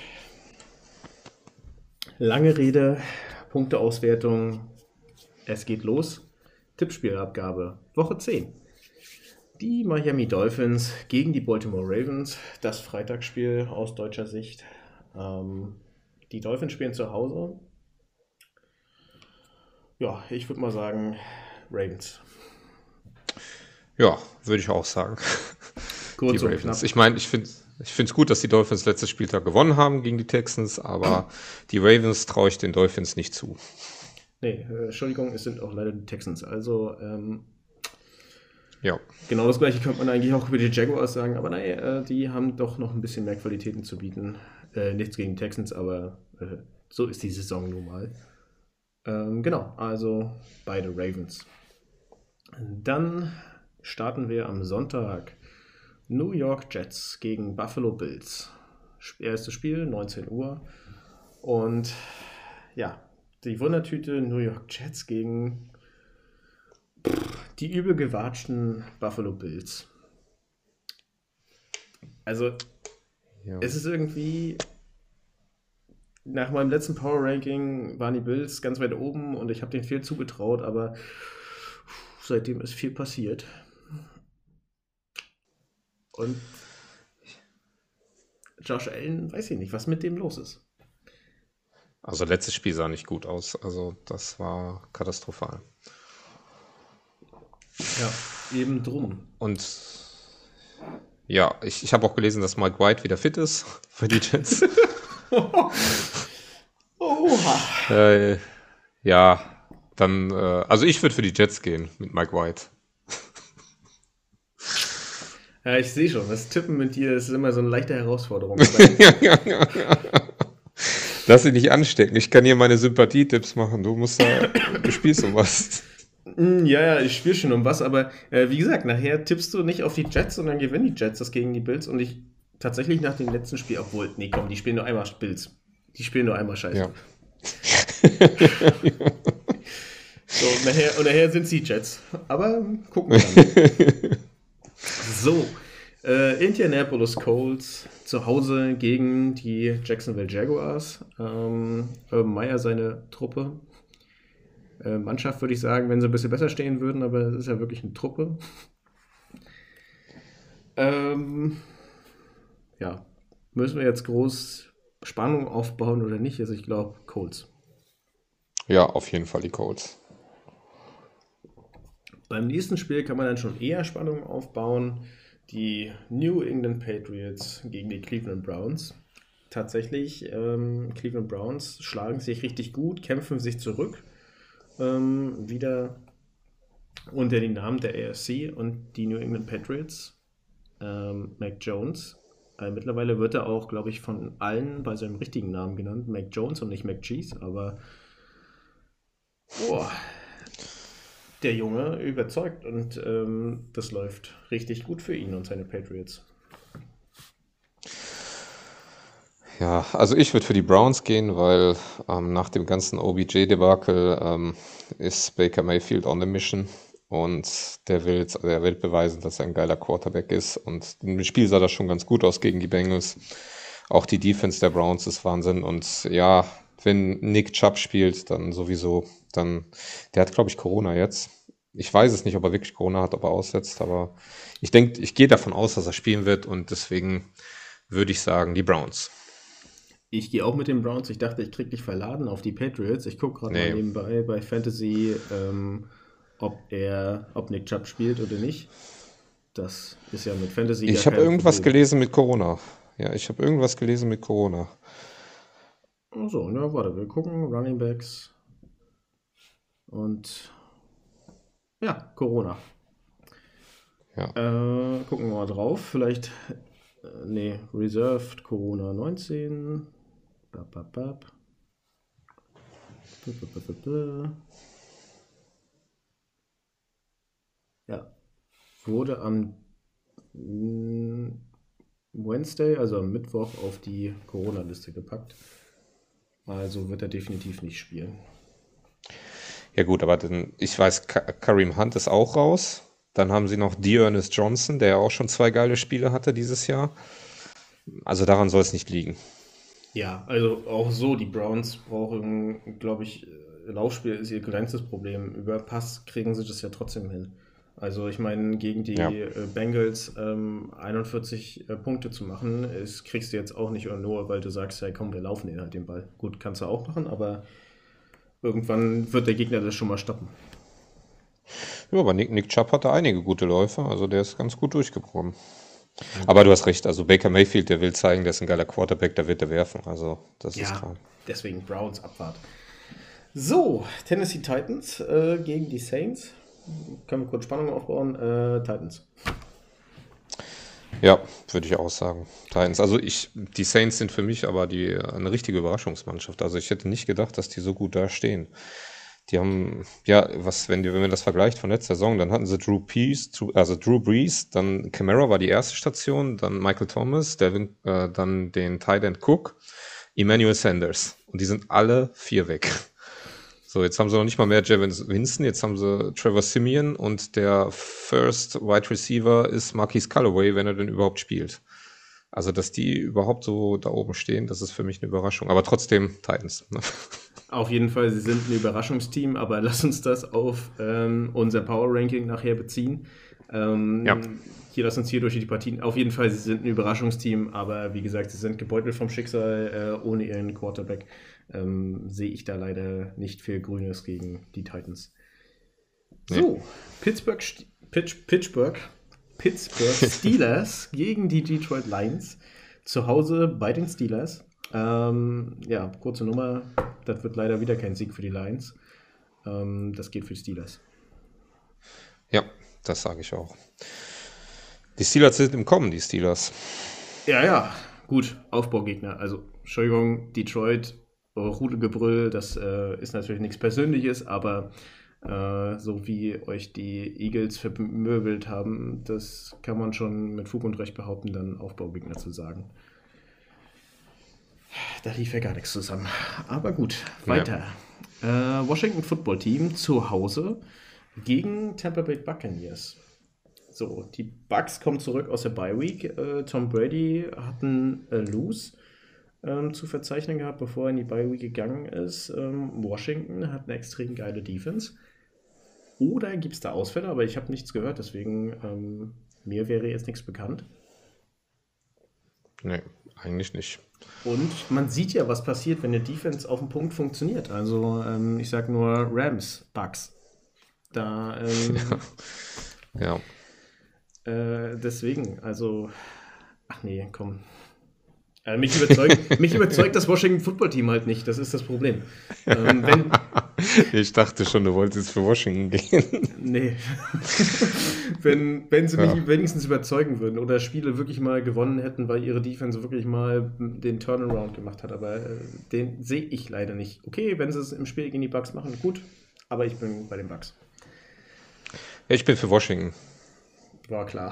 Lange Rede, Punkteauswertung. Es geht los. Tippspielabgabe. Woche 10. Die Miami Dolphins gegen die Baltimore Ravens. Das Freitagsspiel aus deutscher Sicht. Die Dolphins spielen zu Hause. Ja, ich würde mal sagen, Ravens. Ja, würde ich auch sagen. Kurz Die und Ravens. knapp. Ich meine, ich finde es gut, dass die Dolphins letztes Spieltag gewonnen haben gegen die Texans, aber die Ravens traue ich den Dolphins nicht zu. Nee, Entschuldigung, es sind auch leider die Texans. Also, Ja, genau das gleiche könnte man eigentlich auch über die Jaguars sagen, aber nein, die haben doch noch ein bisschen mehr Qualitäten zu bieten. Nichts gegen die Texans, aber so ist die Saison nun mal. Genau, also beide Ravens. Dann starten wir am Sonntag. New York Jets gegen Buffalo Bills. Erstes Spiel, 19 Uhr. Und ja, die Wundertüte New York Jets gegen die übel gewatschten Buffalo Bills. Also, ja. es ist irgendwie, nach meinem letzten Power Ranking waren die Bills ganz weit oben und ich habe denen viel zugetraut, aber seitdem ist viel passiert. Und Josh Allen, weiß ich nicht, was mit dem los ist. Also letztes Spiel sah nicht gut aus. Also das war katastrophal. Ja, eben drum. Und ja, ich habe auch gelesen, dass Mike White wieder fit ist für die Jets. Oha. Ja, dann, also ich würde für die Jets gehen mit Mike White. Ja, ich sehe schon, das Tippen mit dir ist immer so eine leichte Herausforderung. Lass dich nicht anstecken. Ich kann hier meine Sympathietipps machen. Du spielst um was. Ja, ich spiele schon um was, aber wie gesagt, nachher tippst du nicht auf die Jets und dann gewinnen die Jets das gegen die Bills und ich tatsächlich nach dem letzten Spiel, obwohl, nee, komm, die spielen nur einmal Bills. Die spielen nur einmal Scheiße. Ja. So, und nachher sind sie Jets. Aber gucken wir dann. So, Indianapolis Colts zu Hause gegen die Jacksonville Jaguars. Urban Meyer, seine Truppe. Mannschaft würde ich sagen, wenn sie ein bisschen besser stehen würden, aber es ist ja wirklich eine Truppe. Ja, müssen wir jetzt groß Spannung aufbauen oder nicht? Also ich glaube, Colts. Ja, auf jeden Fall die Colts. Beim nächsten Spiel kann man dann schon eher Spannung aufbauen. Die New England Patriots gegen die Cleveland Browns. Tatsächlich, Cleveland Browns schlagen sich richtig gut, kämpfen sich zurück. Wieder unter den Namen der AFC und die New England Patriots. Mac Jones Mittlerweile wird er auch, glaube ich, von allen bei seinem richtigen Namen genannt, Mac Jones und nicht Mac Cheese, aber boah, der Junge überzeugt und das läuft richtig gut für ihn und seine Patriots. Ja, also ich würde für die Browns gehen, weil nach dem ganzen OBJ-Debakel ist Baker Mayfield on the mission und der will beweisen, dass er ein geiler Quarterback ist. Und im Spiel sah das schon ganz gut aus gegen die Bengals. Auch die Defense der Browns ist Wahnsinn. Und ja, wenn Nick Chubb spielt, dann sowieso, der hat, glaube ich, Corona jetzt. Ich weiß es nicht, ob er wirklich Corona hat, ob er aussetzt, aber ich gehe davon aus, dass er spielen wird und deswegen würde ich sagen, die Browns. Ich gehe auch mit den Browns. Ich dachte, ich krieg dich verladen auf die Patriots. Ich gucke gerade mal Nee, nebenbei bei Fantasy, ob Nick Chubb spielt oder nicht. Das ist ja mit Fantasy gar ich habe kein irgendwas Problem. gelesen mit Corona. Ja, ich habe irgendwas gelesen mit Corona. So, na warte, wir gucken. Running Backs und ja, Corona. Ja, Gucken wir mal drauf. Vielleicht, Reserved Corona 19. Bap, bap, bap. Bap, bap, bap, bap. Ja, wurde am Wednesday, also am Mittwoch, auf die Corona-Liste gepackt. Also wird er definitiv nicht spielen. ja gut, aber ich weiß, Kareem Hunt ist auch raus. Dann haben sie noch Dearness Johnson, der ja auch schon 2 geile Spiele hatte dieses Jahr. Also daran soll es nicht liegen. Ja, also auch so, die Browns brauchen, glaube ich, Laufspiel ist ihr kleinstes Problem. Über Pass kriegen sie das ja trotzdem hin. Also ich meine, gegen die Ja. Bengals 41 Punkte zu machen, kriegst du jetzt auch nicht nur, weil du sagst, hey komm, wir laufen den halt den Ball. Gut, kannst du auch machen, aber irgendwann wird der Gegner das schon mal stoppen. Ja, aber Nick Chubb hatte einige gute Läufe, also der ist ganz gut durchgebrochen. Aber du hast recht, also Baker Mayfield, der will zeigen, der ist ein geiler Quarterback, da wird er werfen, also das ist Ja, klar. deswegen Browns Abfahrt. So, Tennessee Titans gegen die Saints. Können wir kurz Spannung aufbauen? Titans. Ja, würde ich auch sagen. Titans. Also die Saints sind für mich aber eine richtige Überraschungsmannschaft. Also ich hätte nicht gedacht, dass die so gut da stehen. Die haben, ja, wenn man das vergleicht von letzter Saison, dann hatten sie Drew Brees, dann Kamara war die erste Station, dann Michael Thomas, dann den Tight End Cook, Emmanuel Sanders. Und die sind alle 4 weg. So, jetzt haben sie noch nicht mal mehr Jameis Winston, jetzt haben sie Trevor Siemian und der First Wide Receiver ist Marquise Callaway, wenn er denn überhaupt spielt. Also, dass die überhaupt so da oben stehen, das ist für mich eine Überraschung. Aber trotzdem Titans. Ne? Auf jeden Fall, sie sind ein Überraschungsteam, aber lass uns das auf unser Power Ranking nachher beziehen. Ja. Lass uns hier durch die Partien. Auf jeden Fall, sie sind ein Überraschungsteam, aber wie gesagt, sie sind gebeutelt vom Schicksal ohne ihren Quarterback. Sehe ich da leider nicht viel Grünes gegen die Titans. So, Pittsburgh Steelers gegen die Detroit Lions. Zu Hause bei den Steelers. Ja, kurze Nummer. Das wird leider wieder kein Sieg für die Lions. Das geht für die Steelers. Ja, das sage ich auch. Die Steelers sind im Kommen, die Steelers. Ja, gut. Aufbaugegner. Also, Entschuldigung, Detroit, Rudelgebrüll, das ist natürlich nichts Persönliches, aber so wie euch die Eagles vermöbelt haben, das kann man schon mit Fug und Recht behaupten, dann Aufbaugegner zu sagen. Da lief ja gar nichts zusammen. Aber gut, weiter. Washington Football Team zu Hause gegen Tampa Bay Buccaneers. So, die Bucks kommen zurück aus der Bye Week. Tom Brady hat einen Lose zu verzeichnen gehabt, bevor er in die Bye Week gegangen ist. Washington hat eine extrem geile Defense. Oder gibt es da Ausfälle? Aber ich habe nichts gehört, deswegen mir wäre jetzt nichts bekannt. Nee, eigentlich nicht. Und man sieht ja, was passiert, wenn eine Defense auf dem Punkt funktioniert. Also ich sag nur Rams, Bucks. Da Ja. deswegen, also ach nee, komm. Mich überzeugt das Washington Football Team halt nicht, das ist das Problem. Ich dachte schon, du wolltest für Washington gehen. Nee. Wenn sie mich wenigstens überzeugen würden oder Spiele wirklich mal gewonnen hätten, weil ihre Defense wirklich mal den Turnaround gemacht hat, aber den sehe ich leider nicht. Okay, wenn sie es im Spiel gegen die Bucks machen, gut, aber ich bin bei den Bucks. Ich bin für Washington. War klar.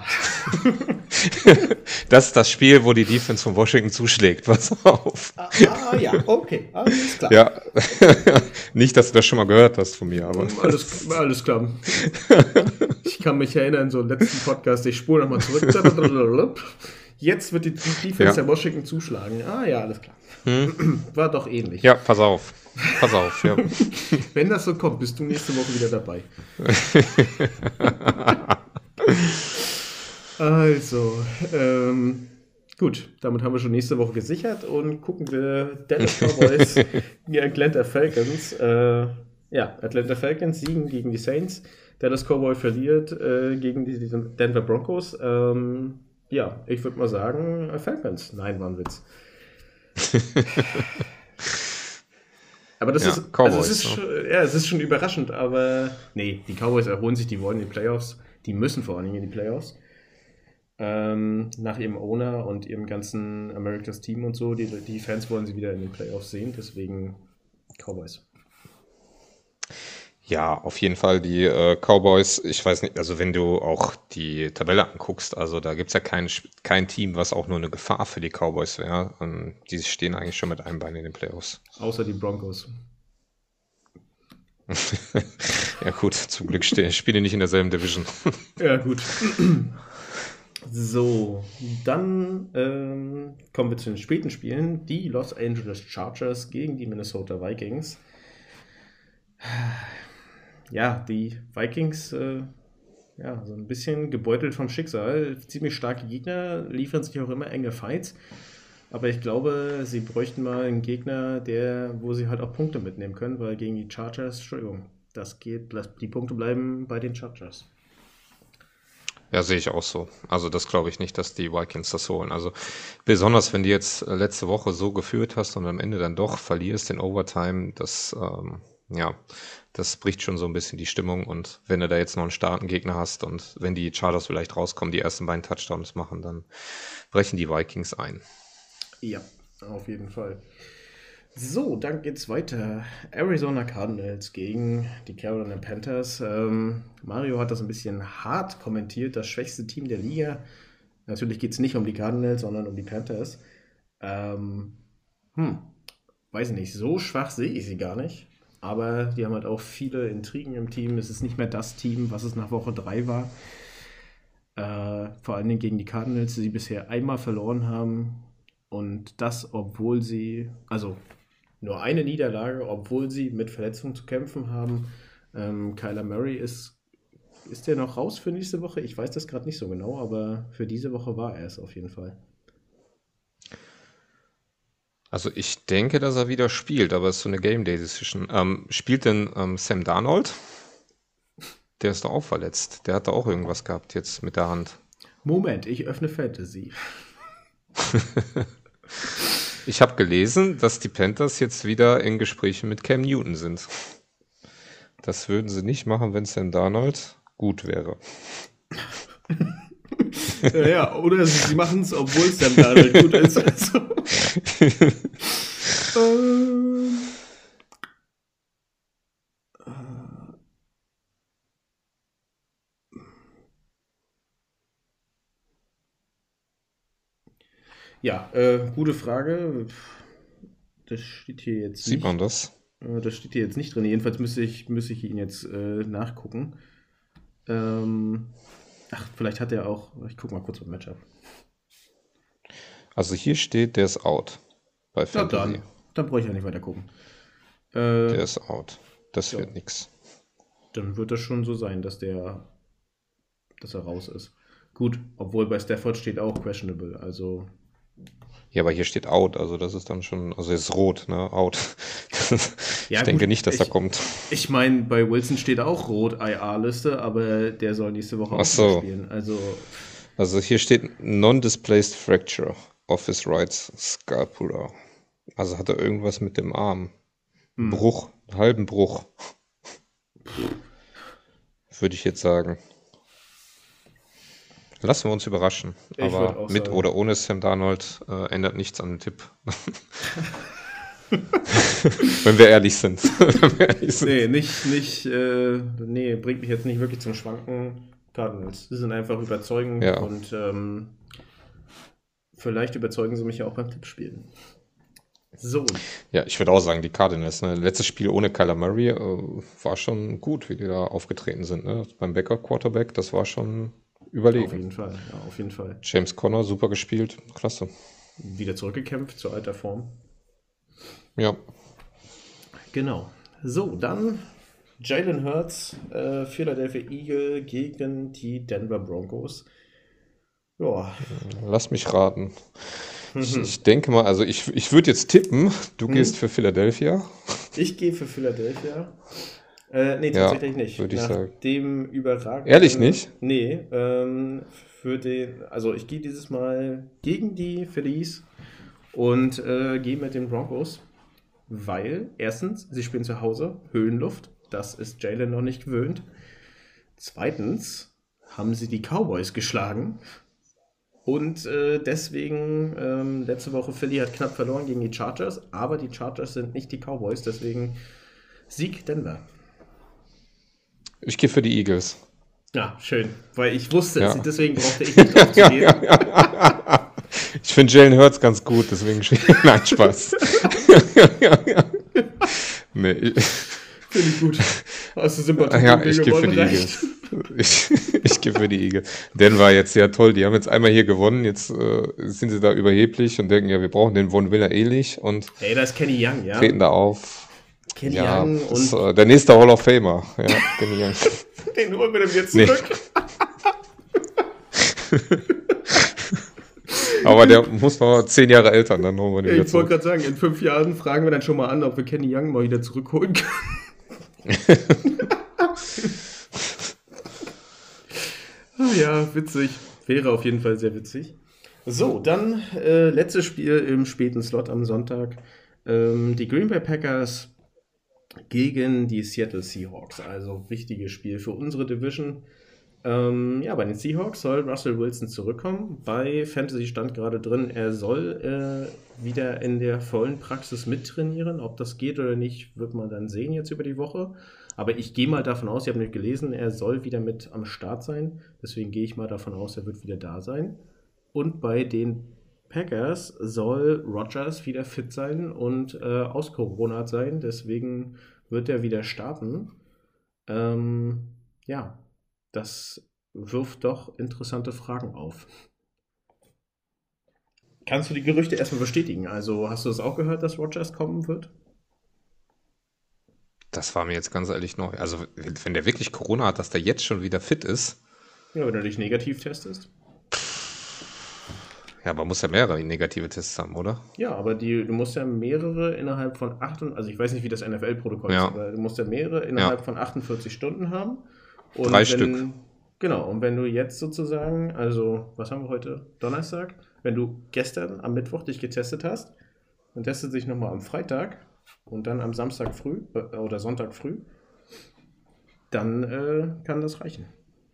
Das ist das Spiel, wo die Defense von Washington zuschlägt. Pass auf. Ja, okay. Alles klar. Ja. Nicht, dass du das schon mal gehört hast von mir, aber. Alles klar. Ich kann mich erinnern, so im letzten Podcast, ich spule nochmal zurück. Jetzt wird die Defense der Washington zuschlagen. Ja, alles klar. War doch ähnlich. Ja, pass auf. Ja. Wenn das so kommt, bist du nächste Woche wieder dabei. Also, gut, damit haben wir schon nächste Woche gesichert und gucken wir Dallas Cowboys gegen Atlanta Falcons. Atlanta Falcons siegen gegen die Saints. Dallas Cowboy verliert gegen die Denver Broncos. Ich würde mal sagen, Falcons. Nein, war ein Witz. Aber das ist, Cowboys, es ist schon überraschend, aber nee, die Cowboys erholen sich, die wollen in die Playoffs. Die müssen vor allen Dingen in die Playoffs. Nach ihrem Owner und ihrem ganzen Americas Team und so. Die Fans wollen sie wieder in den Playoffs sehen, deswegen Cowboys. Ja, auf jeden Fall die Cowboys. Ich weiß nicht, also wenn du auch die Tabelle anguckst, also da gibt es ja kein Team, was auch nur eine Gefahr für die Cowboys wäre. Die stehen eigentlich schon mit einem Bein in den Playoffs. Außer die Broncos. Ja gut, zum Glück spiele nicht in derselben Division. Ja gut. So, dann kommen wir zu den späten Spielen. Die Los Angeles Chargers gegen die Minnesota Vikings. Ja, die Vikings, so ein bisschen gebeutelt vom Schicksal. Ziemlich starke Gegner, liefern sich auch immer enge Fights. Aber ich glaube, sie bräuchten mal einen Gegner, wo sie halt auch Punkte mitnehmen können, weil gegen die Chargers, die Punkte bleiben bei den Chargers. Ja, sehe ich auch so. Also das glaube ich nicht, dass die Vikings das holen. Also besonders, wenn du jetzt letzte Woche so geführt hast und am Ende dann doch verlierst in Overtime, das bricht schon so ein bisschen die Stimmung. Und wenn du da jetzt noch einen starken Gegner hast und wenn die Chargers vielleicht rauskommen, die ersten beiden Touchdowns machen, dann brechen die Vikings ein. Ja, auf jeden Fall. So, dann geht's weiter. Arizona Cardinals gegen die Carolina Panthers. Mario hat das ein bisschen hart kommentiert, das schwächste Team der Liga. Natürlich geht es nicht um die Cardinals, sondern um die Panthers. Weiß nicht, so schwach sehe ich sie gar nicht. Aber die haben halt auch viele Intrigen im Team. Es ist nicht mehr das Team, was es nach Woche 3 war. Vor allen Dingen gegen die Cardinals, die sie bisher einmal verloren haben. Und das, obwohl sie, also nur eine Niederlage, obwohl sie mit Verletzungen zu kämpfen haben. Kyler Murray ist der noch raus für nächste Woche? Ich weiß das gerade nicht so genau, aber für diese Woche war er es auf jeden Fall. Also ich denke, dass er wieder spielt, aber es ist so eine Game Day Decision. Spielt denn Sam Darnold? Der ist doch auch verletzt. Der hat da auch irgendwas gehabt jetzt mit der Hand. Moment, ich öffne Fantasy. Ich habe gelesen, dass die Panthers jetzt wieder in Gesprächen mit Cam Newton sind. Das würden sie nicht machen, wenn Sam Darnold gut wäre. Ja, oder sie machen es, obwohl Sam Darnold gut ist. Also. Ja, gute Frage. Das steht hier jetzt Sieht man das? Das steht hier jetzt nicht drin. Jedenfalls müsste ich ihn jetzt nachgucken. Vielleicht hat er auch. Ich gucke mal kurz beim Matchup. Also hier steht, der ist out. Bei Fantasy. Dann brauche ich ja nicht weiter gucken. Der ist out. Das wird nix. Dann wird das schon so sein, dass er raus ist. Gut, obwohl bei Stafford steht auch questionable, also. Ja, aber hier steht out, also das ist dann schon, also ist rot, ne, out. Ich denke nicht, dass er kommt. Ich meine, bei Wilson steht auch rot IR-Liste, aber der soll nächste Woche auch spielen. Also hier steht Non-Displaced Fracture. Office Rights Scapula. Also hat er irgendwas mit dem Arm. Hm. Bruch, einen halben Bruch. Würde ich jetzt sagen. Lassen wir uns überraschen. Ich würd Aber auch mit sagen. oder ohne Sam Darnold ändert nichts an den Tipp. Wenn wir ehrlich sind. Wenn wir ehrlich sind. Nee, bringt mich jetzt nicht wirklich zum Schwanken. Cardinals. Sie sind einfach überzeugend Ja. und vielleicht überzeugen sie mich ja auch beim Tippspielen. So, Ja, ich würde auch sagen, die Cardinals. Ne? Letztes Spiel ohne Kyler Murray war schon gut, wie die da aufgetreten sind. Ne? Beim Backup-Quarterback, das war schon auf überlegen. jeden Fall. Ja, auf jeden Fall. James Conner, super gespielt. Klasse. Wieder zurückgekämpft zur alter Form. Ja, Genau. So, dann Jalen Hurts, Philadelphia Eagle gegen die Denver Broncos. Ja, lass mich raten. Ich denke mal, also ich würde jetzt tippen, du gehst für Philadelphia. ich gehe für Philadelphia. Nee, Ja, tatsächlich nicht. würde ich Nach sagen. dem überragenden... Ehrlich nicht? Nee, also ich gehe dieses Mal gegen die Phillies und gehe mit den Broncos, weil erstens, sie spielen zu Hause, Höhenluft, das ist Jalen noch nicht gewöhnt. Zweitens haben sie die Cowboys geschlagen und deswegen, letzte Woche Philly hat knapp verloren gegen die Chargers, aber die Chargers sind nicht die Cowboys, deswegen Sieg Denver. Ich gehe für die Eagles. Ja, schön, weil ich wusste Ja. es, deswegen brauchte ich nicht drauf zu gehen. Ich finde Jalen Hurts ganz gut, deswegen nein, Spaß. Nee, Finde ich gut. Hast du Sympathie ja, mit mir ich gehe für gewonnen, die reicht. Eagles. Ich gehe für die Eagles. Denver jetzt ja toll, die haben jetzt einmal hier gewonnen, jetzt sind sie da überheblich und denken, ja, wir brauchen den Von Miller nicht und Hey, da ist Kenny Young, ja? treten da auf. Kenny Ja, Young ist und der nächste Hall of Famer. Ja, Kenny Young. den holen wir dann jetzt Nee. zurück. Aber der muss mal 10 Jahre älter, dann holen wir den wieder Ich wollte zurück. gerade sagen, in 5 Jahren fragen wir dann schon mal an, ob wir Kenny Young mal wieder zurückholen können. Ja, witzig. Wäre auf jeden Fall sehr witzig. So, dann letztes Spiel im späten Slot am Sonntag. Die Green Bay Packers gegen die Seattle Seahawks. Also wichtiges Spiel für unsere Division. Ja, bei den Seahawks soll Russell Wilson zurückkommen. Bei Fantasy stand gerade drin, er soll wieder in der vollen Praxis mittrainieren. Ob das geht oder nicht, wird man dann sehen jetzt über die Woche. Aber ich gehe mal davon aus, ich habe nicht gelesen, er soll wieder mit am Start sein. Deswegen gehe ich mal davon aus, er wird wieder da sein. Und bei den Packers soll Rodgers wieder fit sein und ausgecoronat sein. Deswegen wird er wieder starten. Ja, das wirft doch interessante Fragen auf. Kannst du die Gerüchte erstmal bestätigen? Also hast du das auch gehört, dass Rodgers kommen wird? Das war mir jetzt ganz ehrlich neu. Also, wenn der wirklich Corona hat, dass der jetzt schon wieder fit ist, Ja, wenn du dich negativ testest. ja, man muss ja mehrere negative Tests haben, oder? Ja, aber du musst ja mehrere innerhalb von also ich weiß nicht, wie das NFL-Protokoll Ja. ist, aber du musst ja mehrere innerhalb von 48 Stunden haben. Und 3 Stück. Genau, und wenn du jetzt sozusagen, also was haben wir heute? Donnerstag? Wenn du gestern am Mittwoch dich getestet hast, dann testet sich nochmal am Freitag und dann am Samstag früh oder Sonntag früh, dann kann das reichen.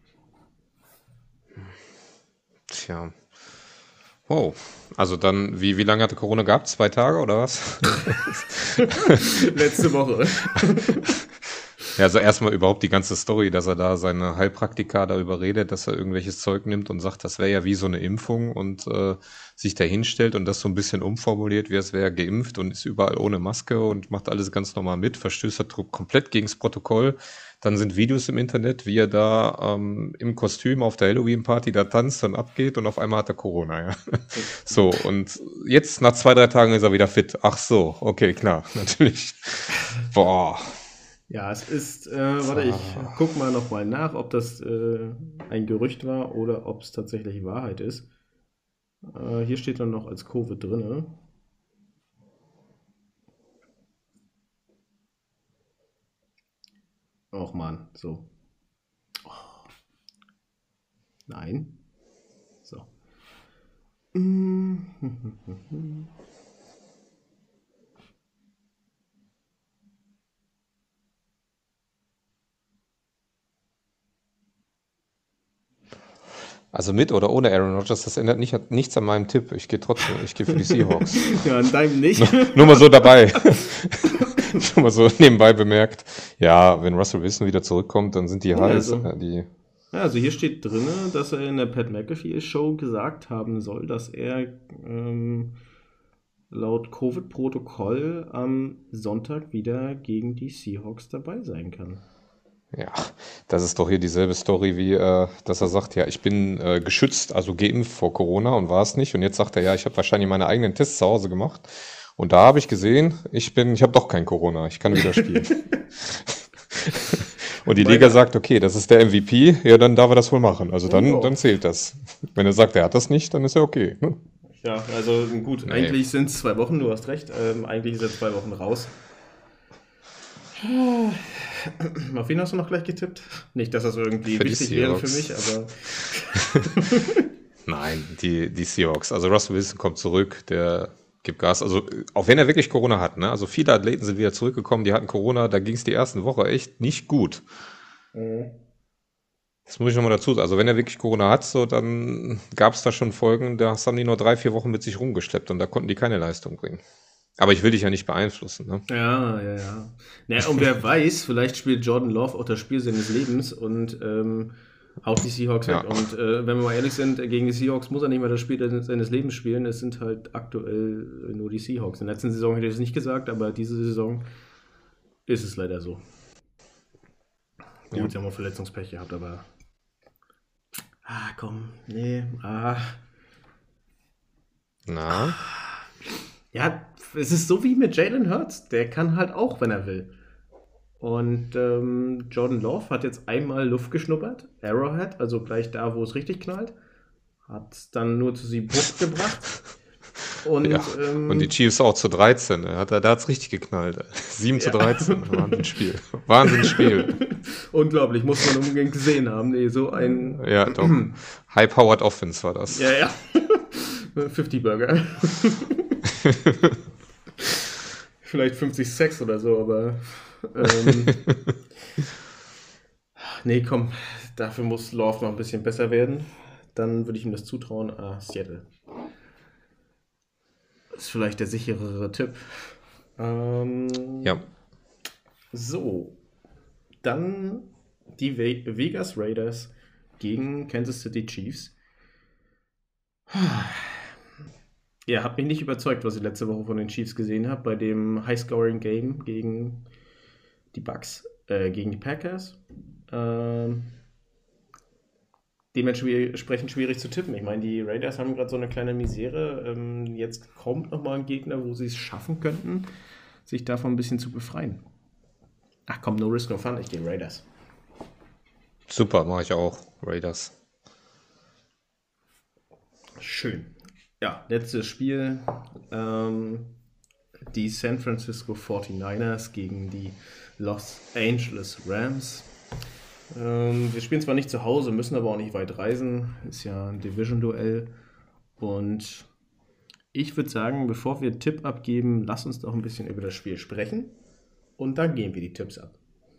Tja. Wow. Also dann, wie lange hatte Corona gehabt? 2 Tage oder was? Letzte Woche. Ja, also erstmal überhaupt die ganze Story, dass er da seine Heilpraktiker da überredet, dass er irgendwelches Zeug nimmt und sagt, das wäre ja wie so eine Impfung und sich da hinstellt und das so ein bisschen umformuliert, wie es wäre geimpft und ist überall ohne Maske und macht alles ganz normal mit, verstößt da komplett gegen das Protokoll. Dann sind Videos im Internet, wie er da im Kostüm auf der Halloween-Party da tanzt und abgeht und auf einmal hat er Corona, ja. So, und jetzt nach 2, 3 Tagen ist er wieder fit. Ach so, okay, klar, natürlich. Boah. Ja, es ist, warte, ich guck mal nochmal nach, ob das ein Gerücht war oder ob es tatsächlich Wahrheit ist. Hier steht dann noch als Covid drinne. Och man, so. Oh. Nein. So. Also mit oder ohne Aaron Rodgers, das ändert nichts an meinem Tipp. Ich gehe trotzdem, ich gehe für die Seahawks. Ja, an deinem nicht. Nur mal so dabei. Schon mal so nebenbei bemerkt. Ja, wenn Russell Wilson wieder zurückkommt, dann sind die heiß. also. Die, Also hier steht drin, dass er in der Pat McAfee Show gesagt haben soll, dass er laut Covid-Protokoll am Sonntag wieder gegen die Seahawks dabei sein kann. ja, das ist doch hier dieselbe Story wie, dass er sagt, ja, ich bin geschützt, also geimpft vor Corona und war es nicht. Und jetzt sagt er, ja, ich habe wahrscheinlich meine eigenen Tests zu Hause gemacht. Und da habe ich gesehen, ich habe doch kein Corona, ich kann wieder spielen. Und die Liga sagt, okay, das ist der MVP, ja, dann darf er das wohl machen. Also dann zählt das. Wenn er sagt, er hat das nicht, dann ist er okay. Ne? Ja, also gut, Nee. eigentlich sind es 2 Wochen, du hast recht. Eigentlich ist er 2 Wochen raus. Auf wen hast du noch gleich getippt? Nicht, dass das irgendwie Für die wichtig wäre für Seahawks. mich, aber Nein, die Seahawks. Also Russell Wilson kommt zurück, der gibt Gas. Also auch wenn er wirklich Corona hat, ne? Also viele Athleten sind wieder zurückgekommen, die hatten Corona, da ging es die ersten Woche echt nicht gut. Das muss ich nochmal dazu sagen. Also wenn er wirklich Corona hat, so dann gab es da schon Folgen, da haben die nur 3, 4 Wochen mit sich rumgeschleppt und da konnten die keine Leistung bringen. Aber ich will dich ja nicht beeinflussen, ne? ja. Naja, und wer weiß, vielleicht spielt Jordan Love auch das Spiel seines Lebens und haut die Seahawks weg. Ja. Und wenn wir mal ehrlich sind, gegen die Seahawks muss er nicht mehr das Spiel seines Lebens spielen. Es sind halt aktuell nur die Seahawks. In der letzten Saison hätte ich es nicht gesagt, aber diese Saison ist es leider so. Ja. Gut, sie haben auch Verletzungspech gehabt, aber komm, nee, Na, Ja, es ist so wie mit Jalen Hurts. Der kann halt auch, wenn er will. Und Jordan Love hat jetzt einmal Luft geschnuppert. Arrowhead, also gleich da, wo es richtig knallt. Hat es dann nur zu 7 Punkten gebracht. Und, ja. Und die Chiefs auch zu 13. Da hat es richtig geknallt. 7-13. Wahnsinnsspiel. Wahnsinnsspiel. Unglaublich, muss man unbedingt gesehen haben. Nee, so ein. Ja, doch. High-Powered Offense war das. Ja. 50 Burger. Vielleicht 50 Sex oder so, aber. Nee, komm, dafür muss Love noch ein bisschen besser werden. Dann würde ich ihm das zutrauen. Seattle. Ist vielleicht der sicherere Tipp. Ja. So. Dann die Vegas Raiders gegen Kansas City Chiefs. Ja, hat mich nicht überzeugt, was ich letzte Woche von den Chiefs gesehen habe, bei dem High-Scoring-Game gegen die Bucks, gegen die Packers. Dementsprechend schwierig zu tippen. Ich meine, die Raiders haben gerade so eine kleine Misere. Jetzt kommt nochmal ein Gegner, wo sie es schaffen könnten, sich davon ein bisschen zu befreien. Ach komm, no risk, no fun, ich gehe Raiders. Super, mache ich auch. Raiders. Schön. Ja, letztes Spiel. Die San Francisco 49ers gegen die Los Angeles Rams. Wir spielen zwar nicht zu Hause, müssen aber auch nicht weit reisen. Ist ja ein Division-Duell. Und ich würde sagen, bevor wir Tipp abgeben, lass uns doch ein bisschen über das Spiel sprechen. Und dann geben wir die Tipps ab.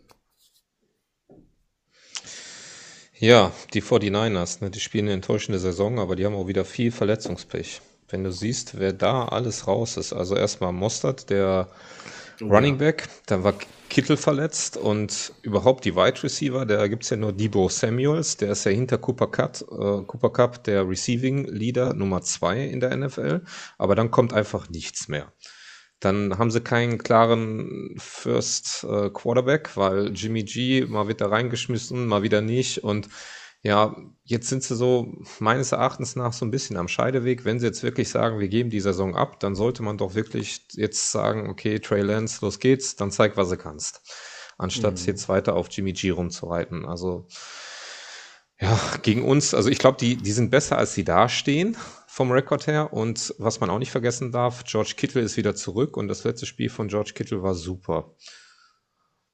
Ja, die 49ers, ne, die spielen eine enttäuschende Saison, aber die haben auch wieder viel Verletzungspech. Wenn du siehst, wer da alles raus ist, also erstmal Mostert, der Running Back, dann war Kittel verletzt und überhaupt die Wide Receiver, da gibt es ja nur Deebo Samuels, der ist ja hinter Cooper Kupp, der Receiving Leader Nummer 2 in der NFL, aber dann kommt einfach nichts mehr. Dann haben sie keinen klaren First Quarterback, weil Jimmy G mal wird da reingeschmissen, mal wieder nicht. Und ja, jetzt sind sie so meines Erachtens nach so ein bisschen am Scheideweg. Wenn sie jetzt wirklich sagen, wir geben die Saison ab, dann sollte man doch wirklich jetzt sagen, okay, Trey Lance, los geht's, dann zeig, was du kannst. Anstatt jetzt weiter auf Jimmy G rumzureiten. Also ja, gegen uns, also ich glaube, die sind besser, als sie dastehen vom Rekord her. Und was man auch nicht vergessen darf, George Kittle ist wieder zurück und das letzte Spiel von George Kittle war super.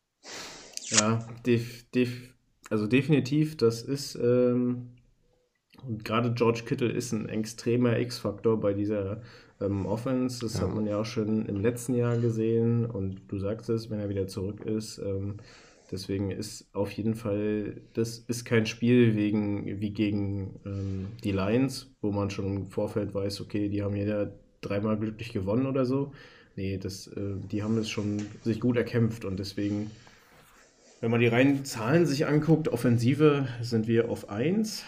Ja, also definitiv, das ist Und gerade George Kittle ist ein extremer X-Faktor bei dieser Offense. Das hat man ja auch schon im letzten Jahr gesehen. Und du sagst es, wenn er wieder zurück ist. Deswegen ist auf jeden Fall, das ist kein Spiel wie gegen die Lions, wo man schon im Vorfeld weiß, okay, die haben jeder 3-mal glücklich gewonnen oder so. Nee, die haben es schon sich gut erkämpft und deswegen, wenn man die reinen Zahlen sich anguckt, Offensive sind wir auf 1,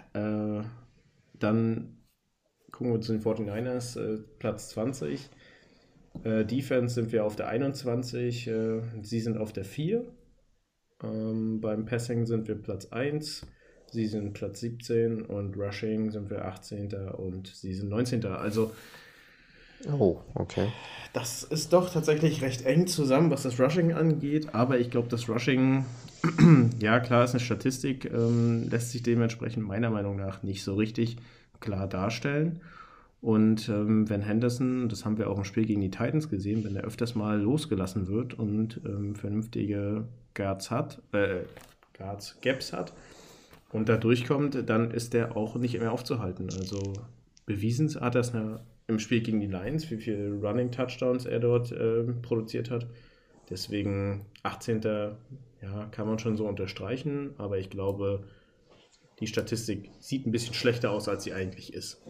dann gucken wir zu den 49ers, Platz 20, Defense sind wir auf der 21, sie sind auf der 4, beim Passing sind wir Platz 1, sie sind Platz 17 und Rushing sind wir 18. und sie sind 19. Also Oh, okay. das ist doch tatsächlich recht eng zusammen, was das Rushing angeht, aber ich glaube, das Rushing, ja klar, ist eine Statistik, lässt sich dementsprechend meiner Meinung nach nicht so richtig klar darstellen. Und wenn Henderson, das haben wir auch im Spiel gegen die Titans gesehen, wenn er öfters mal losgelassen wird und vernünftige Gaps hat und da durchkommt, dann ist der auch nicht mehr aufzuhalten. Also bewiesen hat er es im Spiel gegen die Lions, wie viele Running-Touchdowns er dort produziert hat. Deswegen 18. Ja, kann man schon so unterstreichen, aber ich glaube, die Statistik sieht ein bisschen schlechter aus, als sie eigentlich ist.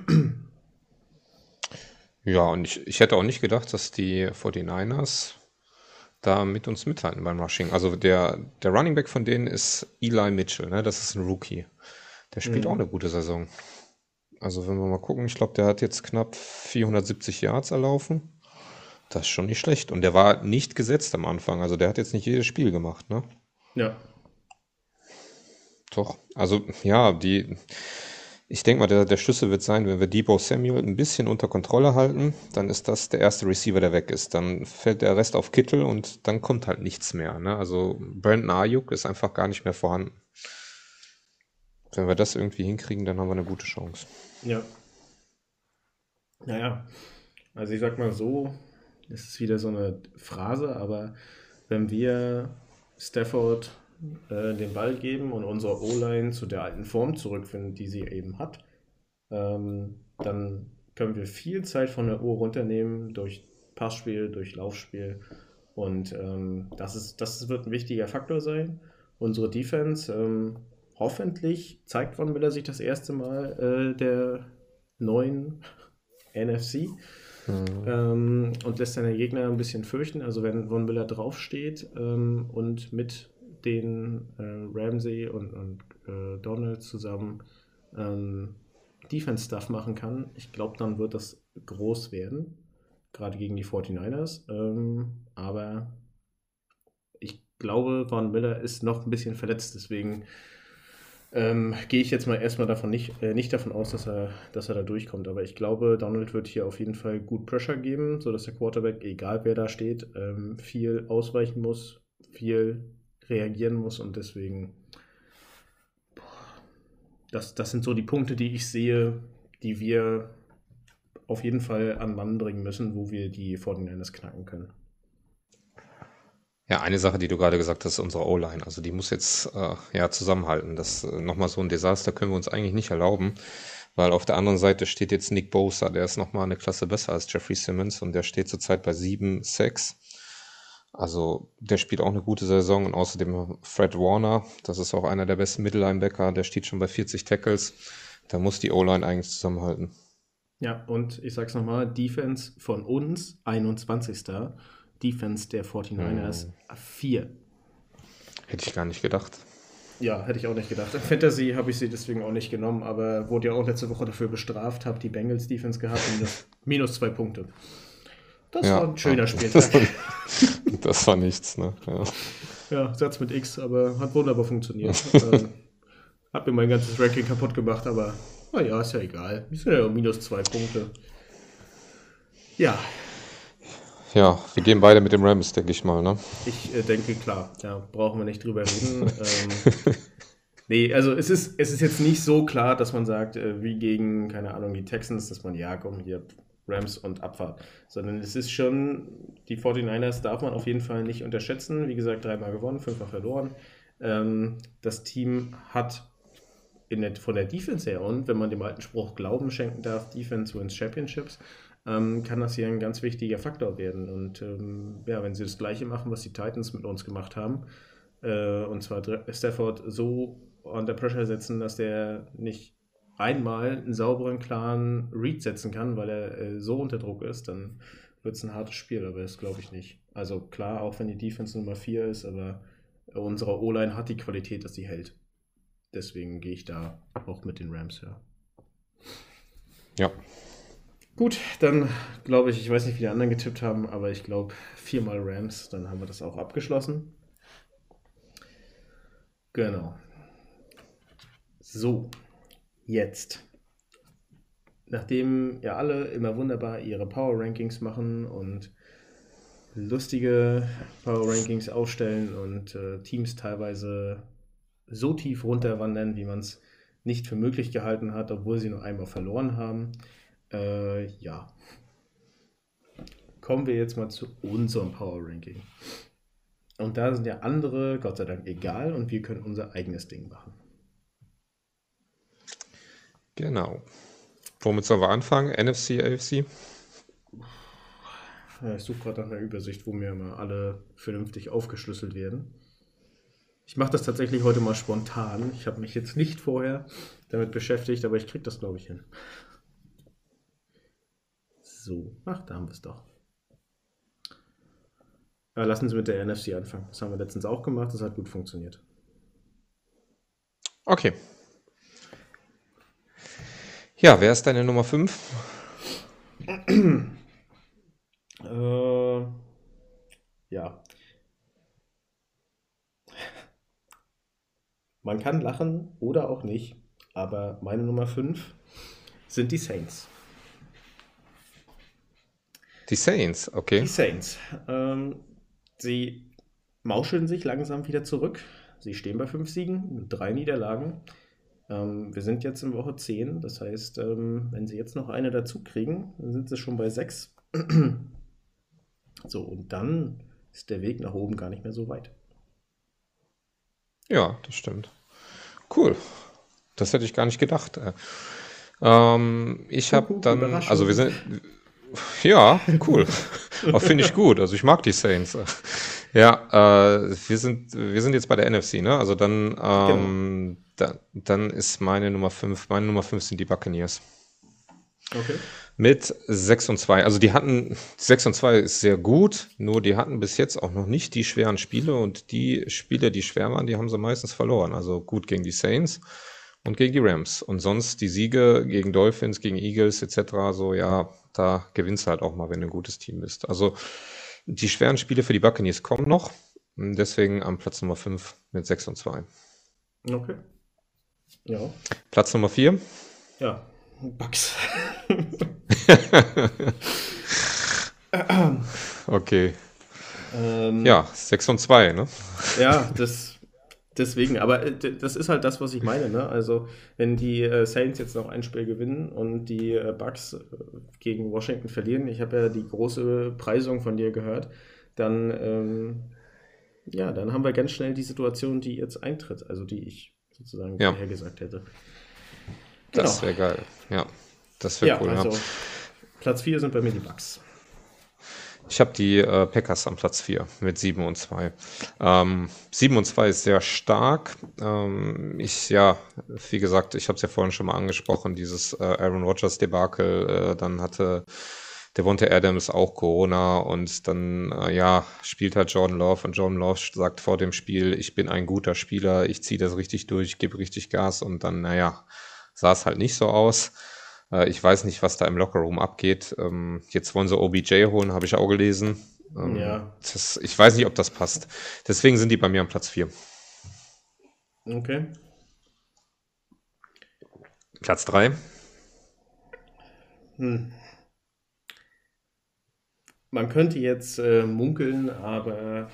Ja, und ich hätte auch nicht gedacht, dass die 49ers da mit uns mithalten beim Rushing. Also der Running Back von denen ist Eli Mitchell, ne? Das ist ein Rookie. Der spielt auch eine gute Saison. Also wenn wir mal gucken, ich glaube, der hat jetzt knapp 470 Yards erlaufen. Das ist schon nicht schlecht. Und der war nicht gesetzt am Anfang. Also der hat jetzt nicht jedes Spiel gemacht, ne? Ja. Doch. Also ja, ich denke mal, der Schlüssel wird sein, wenn wir Deebo Samuel ein bisschen unter Kontrolle halten, dann ist das der erste Receiver, der weg ist. Dann fällt der Rest auf Kittle und dann kommt halt nichts mehr, ne? Also Brandon Ayuk ist einfach gar nicht mehr vorhanden. Wenn wir das irgendwie hinkriegen, dann haben wir eine gute Chance. Ja. Naja, also ich sag mal so, das ist wieder so eine Phrase, aber wenn wir Stafford den Ball geben und unsere O-Line zu der alten Form zurückfinden, die sie eben hat, dann können wir viel Zeit von der Uhr runternehmen durch Passspiel, durch Laufspiel und das wird ein wichtiger Faktor sein. Unsere Defense, hoffentlich zeigt Von Miller sich das erste Mal der neuen NFC und lässt seine Gegner ein bisschen fürchten. Also wenn Von Miller draufsteht und mit den Ramsey und Donald zusammen Defense-Stuff machen kann, ich glaube, dann wird das groß werden, gerade gegen die 49ers. Aber ich glaube, Von Miller ist noch ein bisschen verletzt, deswegen gehe ich jetzt mal erstmal nicht davon aus, dass er da durchkommt. Aber ich glaube, Donald wird hier auf jeden Fall gut Pressure geben, sodass der Quarterback, egal wer da steht, viel ausweichen muss, viel reagieren muss und deswegen das sind so die Punkte, die ich sehe, die wir auf jeden Fall an Mann bringen müssen, wo wir die 49ers knacken können. Ja, eine Sache, die du gerade gesagt hast, ist unsere O-Line. Also die muss jetzt zusammenhalten. Das nochmal so ein Desaster können wir uns eigentlich nicht erlauben, weil auf der anderen Seite steht jetzt Nick Bosa, der ist nochmal eine Klasse besser als Jeffrey Simmons und der steht zurzeit bei 7 Sacks. Also der spielt auch eine gute Saison und außerdem Fred Warner, das ist auch einer der besten Mittellinebacker, der steht schon bei 40 Tackles. Da muss die O-Line eigentlich zusammenhalten. Ja, und ich sag's nochmal, Defense von uns, 21. Defense der 49ers, 4. Hätte ich gar nicht gedacht. Ja, hätte ich auch nicht gedacht. In Fantasy habe ich sie deswegen auch nicht genommen, aber wurde ja auch letzte Woche dafür bestraft, habe die Bengals Defense gehabt und minus 2 Punkte. Das war ein schöner Spieltag. Das war nichts, ne? Ja, Satz mit X, aber hat wunderbar funktioniert. Hat mir mein ganzes Ranking kaputt gemacht, aber naja, ist ja egal. Es sind ja minus 2 Punkte. Ja. Ja, wir gehen beide mit dem Rams, denke ich mal, ne? Ich denke, klar, da brauchen wir nicht drüber reden. Nee, also es ist jetzt nicht so klar, dass man sagt, wie gegen, keine Ahnung, die Texans, dass man, ja, komm, hier Rams und Abfahrt. Sondern es ist schon, die 49ers darf man auf jeden Fall nicht unterschätzen. Wie gesagt, 3-mal gewonnen, 5-mal verloren. Das Team hat von der Defense her und wenn man dem alten Spruch Glauben schenken darf, Defense wins Championships, kann das hier ein ganz wichtiger Faktor werden. Und wenn sie das Gleiche machen, was die Titans mit uns gemacht haben, und zwar Stafford so unter Pressure setzen, dass der nicht einmal einen sauberen, klaren Read setzen kann, weil er so unter Druck ist, dann wird es ein hartes Spiel, aber das glaube ich nicht. Also klar, auch wenn die Defense Nummer 4 ist, aber unsere O-Line hat die Qualität, dass sie hält. Deswegen gehe ich da auch mit den Rams, ja. Ja. Gut, dann glaube ich weiß nicht, wie die anderen getippt haben, aber ich glaube 4-mal Rams, dann haben wir das auch abgeschlossen. Genau. So, jetzt. Nachdem ja alle immer wunderbar ihre Power Rankings machen und lustige Power Rankings aufstellen und Teams teilweise so tief runterwandern, wie man es nicht für möglich gehalten hat, obwohl sie nur einmal verloren haben. Kommen wir jetzt mal zu unserem Power Ranking. Und da sind ja andere, Gott sei Dank, egal und wir können unser eigenes Ding machen. Genau. Womit sollen wir anfangen? NFC, AFC? Ja, ich suche gerade nach einer Übersicht, wo mir mal alle vernünftig aufgeschlüsselt werden. Ich mache das tatsächlich heute mal spontan. Ich habe mich jetzt nicht vorher damit beschäftigt, aber ich kriege das, glaube ich, hin. So, da haben wir es doch. Lassen Sie mit der NFC anfangen. Das haben wir letztens auch gemacht, das hat gut funktioniert. Okay. Ja, wer ist deine Nummer 5? Ja. Man kann lachen oder auch nicht, aber meine Nummer 5 sind die Saints. Die Saints, okay. Die Saints. Sie mauscheln sich langsam wieder zurück. Sie stehen bei 5 Siegen, 3 Niederlagen. Wir sind jetzt in Woche 10, das heißt, wenn sie jetzt noch eine dazu kriegen, dann sind sie schon bei 6. So, und dann ist der Weg nach oben gar nicht mehr so weit. Ja, das stimmt. Cool. Das hätte ich gar nicht gedacht. Ich habe dann, Überraschung. also wir sind, ja, cool. Aber finde ich gut. Also ich mag die Saints. Ja, wir sind jetzt bei der NFC, ne? Also dann, dann ist meine Nummer 5. Meine Nummer 5 sind die Buccaneers. Okay. Mit 6-2. Also 6-2 ist sehr gut, nur die hatten bis jetzt auch noch nicht die schweren Spiele und die Spiele, die schwer waren, die haben sie meistens verloren. Also gut gegen die Saints und gegen die Rams. Und sonst die Siege gegen Dolphins, gegen Eagles etc. So, ja, da gewinnst du halt auch mal, wenn du ein gutes Team bist. Also die schweren Spiele für die Buccaneers kommen noch. Deswegen am Platz Nummer 5 mit 6-2. Okay. Ja. Platz Nummer 4. Ja. Bucks. Okay. Ja, 6-2, ne? Ja, deswegen, aber das ist halt das, was ich meine, ne? Also, wenn die Saints jetzt noch ein Spiel gewinnen und die Bucks gegen Washington verlieren, ich habe ja die große Preisung von dir gehört, dann, dann haben wir ganz schnell die Situation, die jetzt eintritt, also die ich sozusagen vorher gesagt hätte. Genau. Das wäre geil, ja. Das wäre cool, also Platz 4 sind bei mir die Bucks. Ich habe die Packers am Platz 4 mit 7-2. 7-2 ist sehr stark. Wie gesagt, ich habe es ja vorhin schon mal angesprochen, dieses Aaron Rodgers-Debakel. Dann hatte Devontae Adams auch Corona und dann spielt halt Jordan Love und Jordan Love sagt vor dem Spiel, ich bin ein guter Spieler, ich ziehe das richtig durch, gebe richtig Gas und dann, sah es halt nicht so aus. Ich weiß nicht, was da im Lockerroom abgeht. Jetzt wollen sie OBJ holen, habe ich auch gelesen. Ich weiß nicht, ob das passt. Deswegen sind die bei mir am Platz 4. Okay. Platz 3. Man könnte jetzt munkeln, aber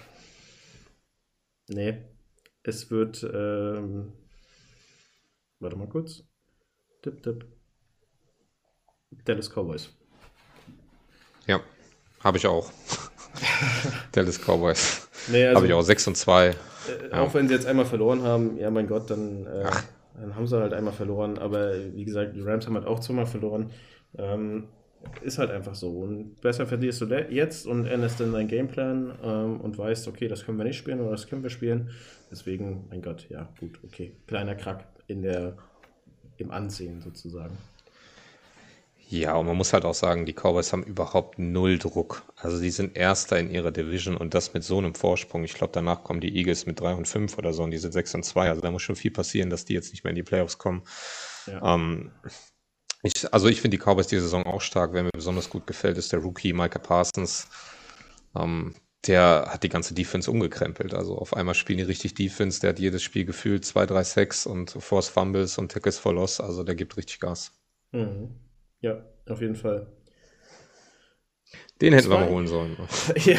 nee, es wird, warte mal kurz. Tipp. Dallas Cowboys. Ja, habe ich auch. Dallas Cowboys. Nee, also, habe ich auch 6-2. Auch wenn sie jetzt einmal verloren haben, ja mein Gott, dann Dann haben sie halt einmal verloren, aber wie gesagt, die Rams haben halt auch zweimal verloren. Ist halt einfach so. Und besser verlierst du jetzt und änderst dann deinen Gameplan und weißt, okay, das können wir nicht spielen oder das können wir spielen. Deswegen, mein Gott, ja, gut, okay. Kleiner Krack im Ansehen sozusagen. Ja, und man muss halt auch sagen, die Cowboys haben überhaupt null Druck. Also die sind Erster in ihrer Division und das mit so einem Vorsprung. Ich glaube, danach kommen die Eagles mit 3-5 oder so und die sind 6-2. Also da muss schon viel passieren, dass die jetzt nicht mehr in die Playoffs kommen. Ja. Ich finde die Cowboys die Saison auch stark. Wer mir besonders gut gefällt, ist der Rookie Micah Parsons. Der hat die ganze Defense umgekrempelt. Also auf einmal spielen die richtig Defense. Der hat jedes Spiel gefühlt 2-3 Sacks und Forced Fumbles und Tackles for Loss. Also der gibt richtig Gas. Mhm. Ja, auf jeden Fall. Den hätten wir mal holen sollen. Ja.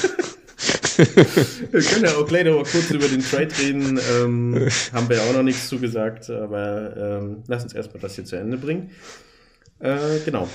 Wir können ja auch gleich noch mal kurz über den Trade reden. Haben wir ja auch noch nichts zugesagt, aber lass uns erstmal das hier zu Ende bringen. Genau.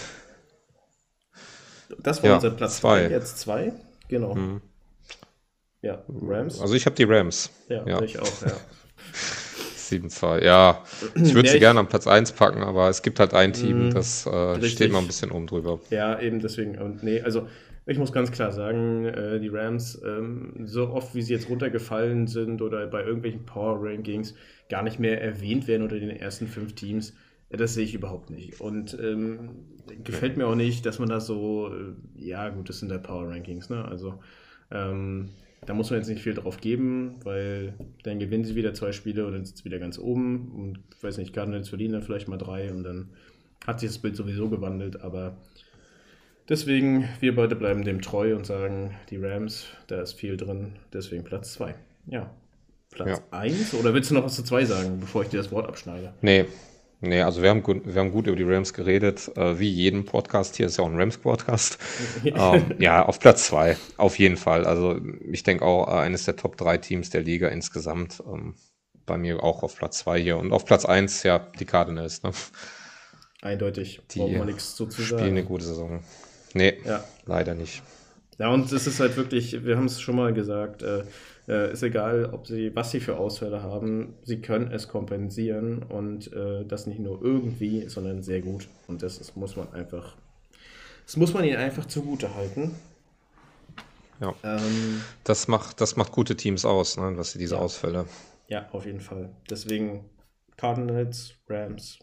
Das war unser Platz 2. Jetzt 2. Genau. Ja, Rams. Also ich habe die Rams. Ja. Ich auch, ja. 7-2. Ja, ich würde sie gerne am Platz 1 packen, aber es gibt halt ein Team, das steht mal ein bisschen oben drüber. Ja, eben deswegen. Und nee, also ich muss ganz klar sagen, die Rams, so oft wie sie jetzt runtergefallen sind oder bei irgendwelchen Power Rankings gar nicht mehr erwähnt werden unter den ersten 5 Teams, das sehe ich überhaupt nicht. Und gefällt mir auch nicht, dass man da so, ja gut, das sind ja Power Rankings, ne? Also da muss man jetzt nicht viel drauf geben, weil dann gewinnen sie wieder 2 Spiele und dann sind sie wieder ganz oben und ich weiß nicht, Cardinals verlieren dann vielleicht mal 3 und dann hat sich das Bild sowieso gewandelt, aber deswegen, wir beide bleiben dem treu und sagen, die Rams, da ist viel drin, deswegen Platz 2. Ja, Platz 1 oder willst du noch was zu 2 sagen, bevor ich dir das Wort abschneide? Nee, also wir haben gut über die Rams geredet, wie jeden Podcast hier, ist ja auch ein Rams-Podcast. Ja, auf Platz 2, auf jeden Fall. Also ich denke auch, eines der Top 3 Teams der Liga insgesamt. Bei mir auch auf Platz 2 hier. Und auf Platz 1, ja, die Cardinals. Ne? Eindeutig, brauchen wir nichts zu sagen. Spielen eine gute Saison. Nee, leider nicht. Ja, und es ist halt wirklich, wir haben es schon mal gesagt, ist egal, was sie für Ausfälle haben, sie können es kompensieren und das nicht nur irgendwie, sondern sehr gut. Und das muss man ihnen einfach zugute halten. Ja. Das macht gute Teams aus, ne, dass sie diese Ausfälle. Ja, auf jeden Fall. Deswegen Cardinals, Rams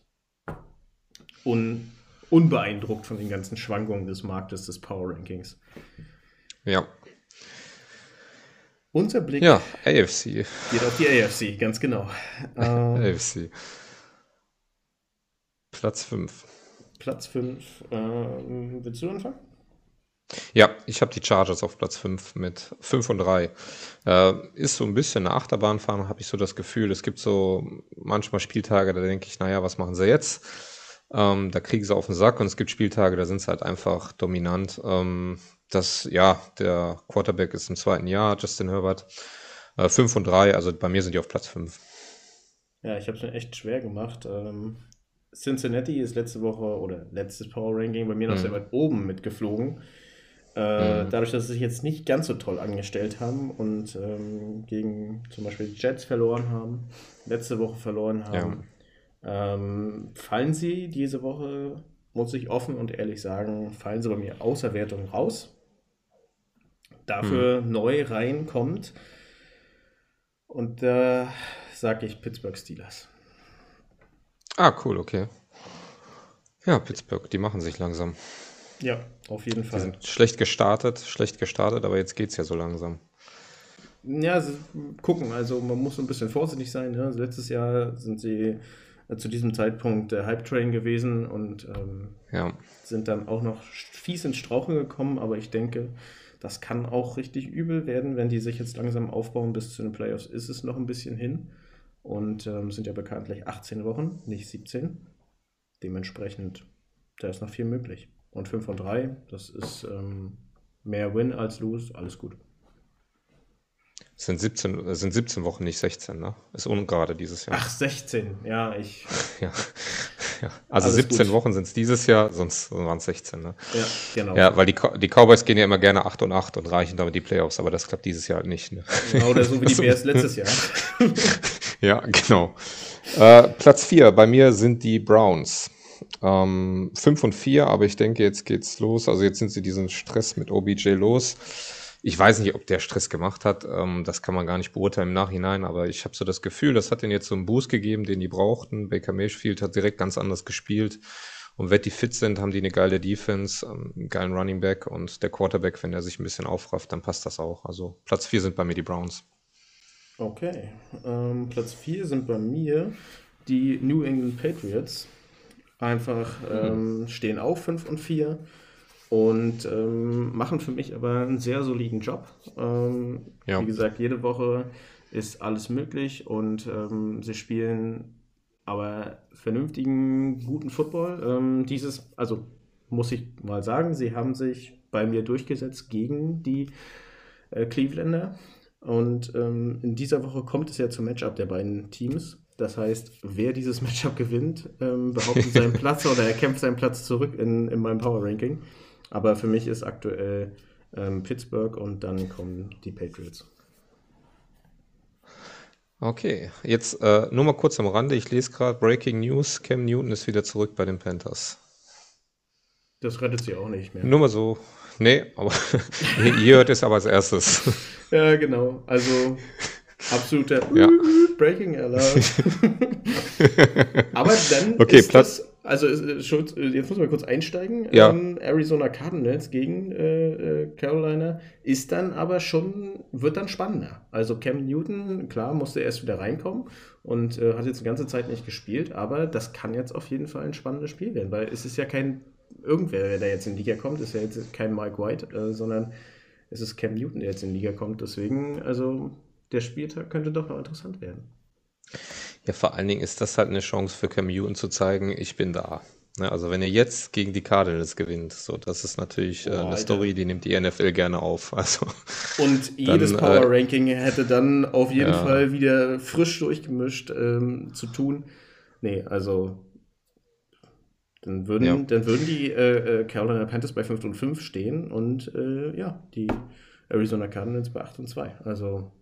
unbeeindruckt von den ganzen Schwankungen des Marktes des Power Rankings. Ja. Unser Blick AFC. Geht auf die AFC, ganz genau. AFC. Platz 5. Platz 5. Willst du anfangen? Ja, ich habe die Chargers auf Platz 5 mit 5-3. Ist so ein bisschen eine Achterbahnfahren, habe ich so das Gefühl. Es gibt so manchmal Spieltage, da denke ich, naja, was machen sie jetzt? Da kriegen sie auf den Sack und es gibt Spieltage, da sind sie halt einfach dominant. Der Quarterback ist im 2. Jahr, Justin Herbert. 5-3, also bei mir sind die auf Platz 5. Ja, ich habe es mir echt schwer gemacht. Cincinnati ist letztes Power Ranking bei mir noch sehr weit oben mitgeflogen. Dadurch, dass sie sich jetzt nicht ganz so toll angestellt haben und gegen zum Beispiel die Jets verloren haben, letzte Woche verloren haben, fallen sie diese Woche, muss ich offen und ehrlich sagen, fallen sie bei mir außer Wertung raus. Dafür neu reinkommt. Und da sage ich Pittsburgh Steelers. Ah, cool, okay. Ja, Pittsburgh, die machen sich langsam. Ja, auf jeden Fall. Die sind schlecht gestartet, aber jetzt geht's ja so langsam. Ja, gucken, also man muss so ein bisschen vorsichtig sein. Ne? Also letztes Jahr sind sie zu diesem Zeitpunkt der Hype-Train gewesen und sind dann auch noch fies ins Straucheln gekommen, aber ich denke, das kann auch richtig übel werden, wenn die sich jetzt langsam aufbauen bis zu den Playoffs, ist es noch ein bisschen hin und sind ja bekanntlich 18 Wochen, nicht 17. Dementsprechend, da ist noch viel möglich. Und 5-3, das ist mehr Win als Lose, alles gut. Es sind 17 Wochen, nicht 16, ne? Ist ungerade dieses Jahr. Ach, 16, ja, Ja. Also alles 17 gut. Wochen sind es dieses Jahr, sonst waren es 16, ne? Ja, genau. Ja, weil die Cowboys gehen ja immer gerne 8-8 und reichen damit die Playoffs, aber das klappt dieses Jahr halt nicht, ne? Genau, oder so wie die Bears letztes Jahr. Ja, genau. Platz 4, bei mir sind die Browns. 5 und 4, aber ich denke, jetzt geht's los. Also jetzt sind sie diesen Stress mit OBJ los. Ich weiß nicht, ob der Stress gemacht hat. Das kann man gar nicht beurteilen im Nachhinein, aber ich habe so das Gefühl, das hat ihnen jetzt so einen Boost gegeben, den die brauchten. Baker Mayfield hat direkt ganz anders gespielt. Und wenn die fit sind, haben die eine geile Defense, einen geilen Running Back und der Quarterback, wenn er sich ein bisschen aufrafft, dann passt das auch. Also Platz 4 sind bei mir die Browns. Okay. Platz 4 sind bei mir die New England Patriots. Einfach stehen auf 5 und 4 und machen für mich aber einen sehr soliden Job. Ja. Wie gesagt, jede Woche ist alles möglich und sie spielen aber vernünftigen, guten Football. Also muss ich mal sagen, sie haben sich bei mir durchgesetzt gegen die Clevelander. Und in dieser Woche kommt es ja zum Matchup der beiden Teams. Das heißt, wer dieses Matchup gewinnt, behauptet seinen Platz oder er kämpft seinen Platz zurück in meinem Power Ranking. Aber für mich ist aktuell Pittsburgh und dann kommen die Patriots. Okay, jetzt nur mal kurz am Rande. Ich lese gerade Breaking News. Cam Newton ist wieder zurück bei den Panthers. Das rettet sie auch nicht mehr. Nur mal so. Nee, aber ihr hört es aber als erstes. Ja, genau. Also absoluter Ja. Breaking Alert. Aber dann Okay, ist Platz- das, also Schulz, jetzt muss man kurz einsteigen. Ja. Arizona Cardinals gegen Carolina ist dann aber schon, wird dann spannender. Also Cam Newton, klar, musste erst wieder reinkommen und hat jetzt die ganze Zeit nicht gespielt, aber das kann jetzt auf jeden Fall ein spannendes Spiel werden, weil es ist ja kein irgendwer, der jetzt in die Liga kommt, ist ja jetzt kein Mike White, sondern es ist Cam Newton, der jetzt in die Liga kommt. Deswegen, also der Spieltag könnte doch noch interessant werden. Ja, vor allen Dingen ist das halt eine Chance für Cam Newton zu zeigen, ich bin da. Ne, also wenn er jetzt gegen die Cardinals gewinnt, so, das ist natürlich Boah, eine Alter. Story, die nimmt die NFL gerne auf. Also Und jedes Dann, Power-Ranking hätte dann auf jeden ja. Fall wieder frisch durchgemischt zu tun. Nee, also dann würden die Carolina Panthers bei 5 und 5 stehen und die Arizona Cardinals bei 8 und 2. Also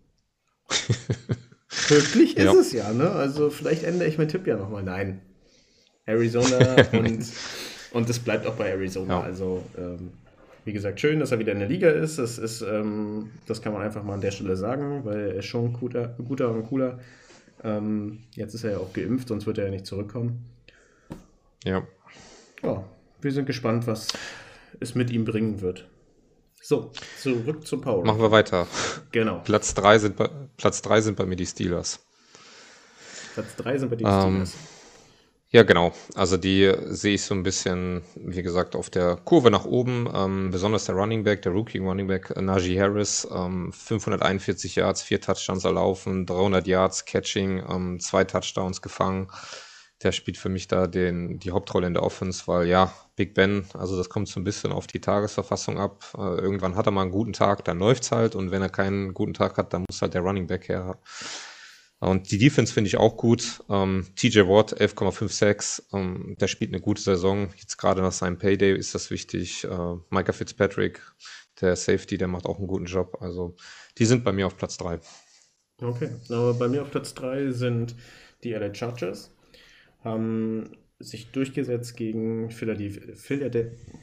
möglich ist Ja. es ja, ne? Also vielleicht ändere ich meinen Tipp ja nochmal. Nein. Arizona und es bleibt auch bei Arizona. Ja. Also wie gesagt, schön, dass er wieder in der Liga ist. Das kann man einfach mal an der Stelle sagen, weil er ist schon ein guter und cooler. Jetzt ist er ja auch geimpft, sonst wird er ja nicht zurückkommen. Ja. Ja, wir sind gespannt, was es mit ihm bringen wird. So, zurück zum Power. Machen wir weiter. Genau. Platz 3 sind bei mir die Steelers. Platz 3 sind bei den Steelers. Ja, genau. Also die sehe ich so ein bisschen, wie gesagt, auf der Kurve nach oben. Besonders der Running Back, der Rookie Running Back, Najee Harris, 541 Yards, 4 Touchdowns erlaufen, 300 Yards Catching, 2 Touchdowns gefangen. Der spielt für mich da die Hauptrolle in der Offense, weil ja, Big Ben, also das kommt so ein bisschen auf die Tagesverfassung ab. Irgendwann hat er mal einen guten Tag, dann läuft's halt, und wenn er keinen guten Tag hat, dann muss halt der Running Back her. Und die Defense finde ich auch gut. TJ Watt, 11,5 Sacks, der spielt eine gute Saison. Jetzt gerade nach seinem Payday ist das wichtig. Micah Fitzpatrick, der Safety, der macht auch einen guten Job. Also die sind bei mir auf Platz 3. Okay, aber bei mir auf Platz 3 sind die LA Chargers. Haben sich durchgesetzt gegen Philadelphia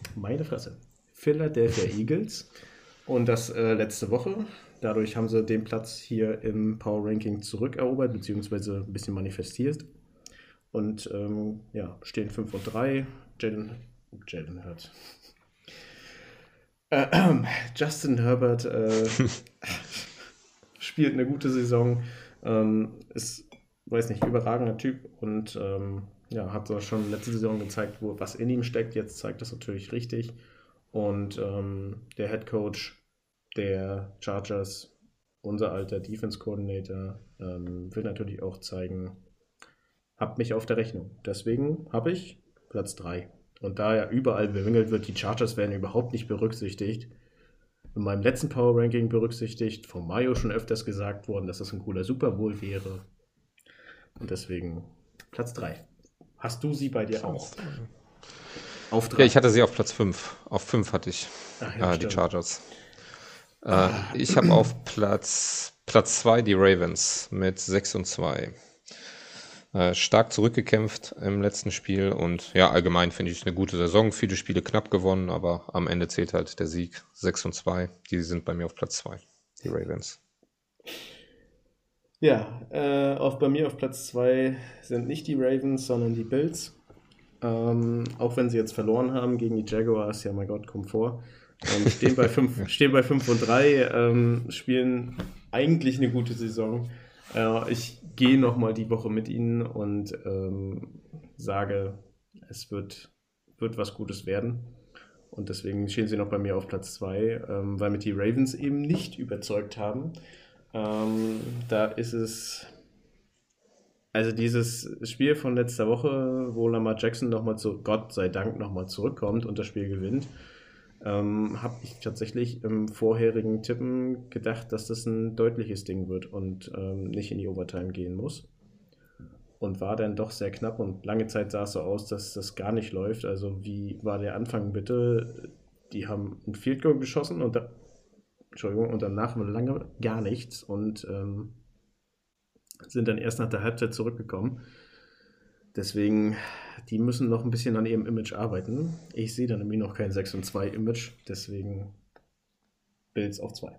Eagles. Und das letzte Woche. Dadurch haben sie den Platz hier im Power Ranking zurückerobert, beziehungsweise ein bisschen manifestiert. Und stehen 5 und 3. Jalen Hurts. Justin Herbert spielt eine gute Saison. Ist, weiß nicht, überragender Typ und hat so schon letzte Saison gezeigt, was in ihm steckt. Jetzt zeigt das natürlich richtig. Und der Head Coach der Chargers, unser alter Defense Coordinator, will natürlich auch zeigen, hab mich auf der Rechnung. Deswegen habe ich Platz 3. Und da ja überall bemängelt wird, die Chargers werden überhaupt nicht berücksichtigt. In meinem letzten Power Ranking berücksichtigt, von Mario schon öfters gesagt worden, dass das ein cooler Super Bowl wäre. Und deswegen Platz 3. Hast du sie bei dir auch? Auf 3. Ja, ich hatte sie auf Platz 5. Auf 5 hatte ich die stimmt. Chargers. Ich habe auf Platz 2 die Ravens mit 6 und 2. stark zurückgekämpft im letzten Spiel und ja, allgemein finde ich es eine gute Saison. Viele Spiele knapp gewonnen, aber am Ende zählt halt der Sieg. 6-2, die sind bei mir auf Platz 2, die Ravens. Ja, bei mir auf Platz 2 sind nicht die Ravens, sondern die Bills. Auch wenn sie jetzt verloren haben gegen die Jaguars, ja mein Gott, kommt vor. Stehen bei 5-3, spielen eigentlich eine gute Saison. Ich gehe nochmal die Woche mit ihnen und sage, es wird was Gutes werden. Und deswegen stehen sie noch bei mir auf Platz 2, weil mich die Ravens eben nicht überzeugt haben. Da ist es, also dieses Spiel von letzter Woche, wo Lamar Jackson Gott sei Dank nochmal zurückkommt und das Spiel gewinnt, habe ich tatsächlich im vorherigen Tippen gedacht, dass das ein deutliches Ding wird und nicht in die Overtime gehen muss. Und war dann doch sehr knapp und lange Zeit sah es so aus, dass das gar nicht läuft. Also wie war der Anfang bitte? Die haben ein Field Goal geschossen und danach lange gar nichts und sind dann erst nach der Halbzeit zurückgekommen. Deswegen, die müssen noch ein bisschen an ihrem Image arbeiten. Ich sehe da nämlich noch kein 6-2 Image, deswegen Bills auf 2.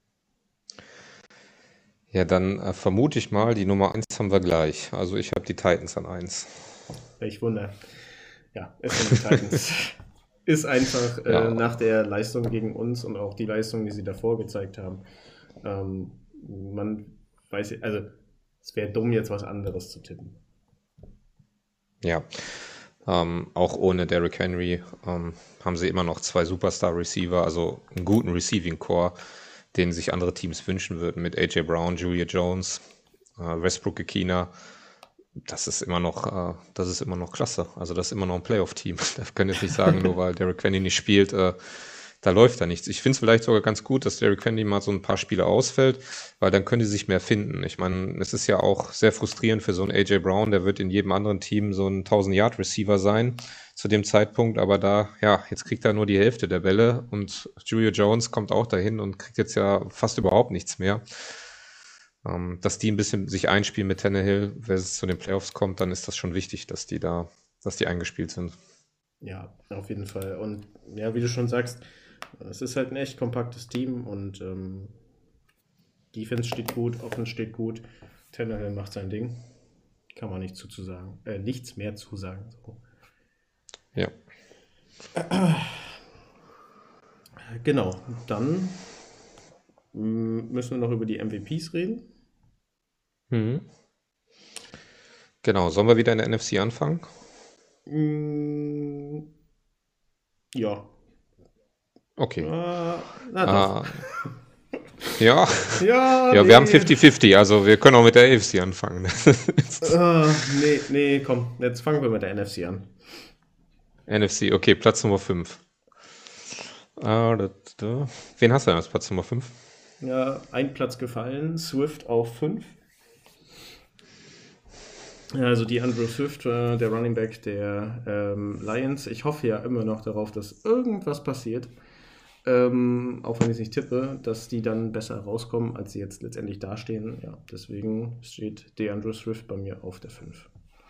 Ja, dann vermute ich mal, die Nummer 1 haben wir gleich. Also ich habe die Titans an 1. Welch Wunder. Ja, es sind die Titans. Ist einfach nach der Leistung gegen uns und auch die Leistung, die sie davor gezeigt haben. Man weiß, also es wäre dumm, jetzt was anderes zu tippen. Ja, auch ohne Derrick Henry haben sie immer noch 2 Superstar-Receiver, also einen guten Receiving-Core, den sich andere Teams wünschen würden, mit A.J. Brown, Julia Jones, Westbrook-Akina. Das ist immer noch klasse. Also das ist immer noch ein Playoff-Team. Da können jetzt nicht sagen, nur weil Derrick Henry nicht spielt, da läuft da nichts. Ich finde es vielleicht sogar ganz gut, dass Derrick Henry mal so ein paar Spiele ausfällt, weil dann können die sich mehr finden. Ich meine, es ist ja auch sehr frustrierend für so einen A.J. Brown, der wird in jedem anderen Team so ein 1000-Yard-Receiver sein zu dem Zeitpunkt, aber jetzt kriegt er nur die Hälfte der Bälle und Julio Jones kommt auch dahin und kriegt jetzt ja fast überhaupt nichts mehr. Dass die ein bisschen sich einspielen mit Tannehill, wenn es zu den Playoffs kommt, dann ist das schon wichtig, dass die eingespielt sind. Ja, auf jeden Fall. Und ja, wie du schon sagst, es ist halt ein echt kompaktes Team und Defense steht gut, Offense steht gut, Tannehill macht sein Ding. Kann man nichts mehr zu sagen. So. Ja. Genau, dann müssen wir noch über die MVPs reden. Genau, sollen wir wieder in der NFC anfangen? Ja. Okay. Na doch. Ja, Ja, wir haben 50-50, also wir können auch mit der AFC anfangen. Nee, komm, jetzt fangen wir mit der NFC an. NFC, okay, Platz Nummer 5. Wen hast du denn als Platz Nummer 5? Ja, ein Platz gefallen, Swift auf 5. Also die Andrew Swift, der Running Back der Lions. Ich hoffe ja immer noch darauf, dass irgendwas passiert. Auch wenn ich es nicht tippe, dass die dann besser rauskommen, als sie jetzt letztendlich dastehen. Ja, deswegen steht der Andrew Swift bei mir auf der 5.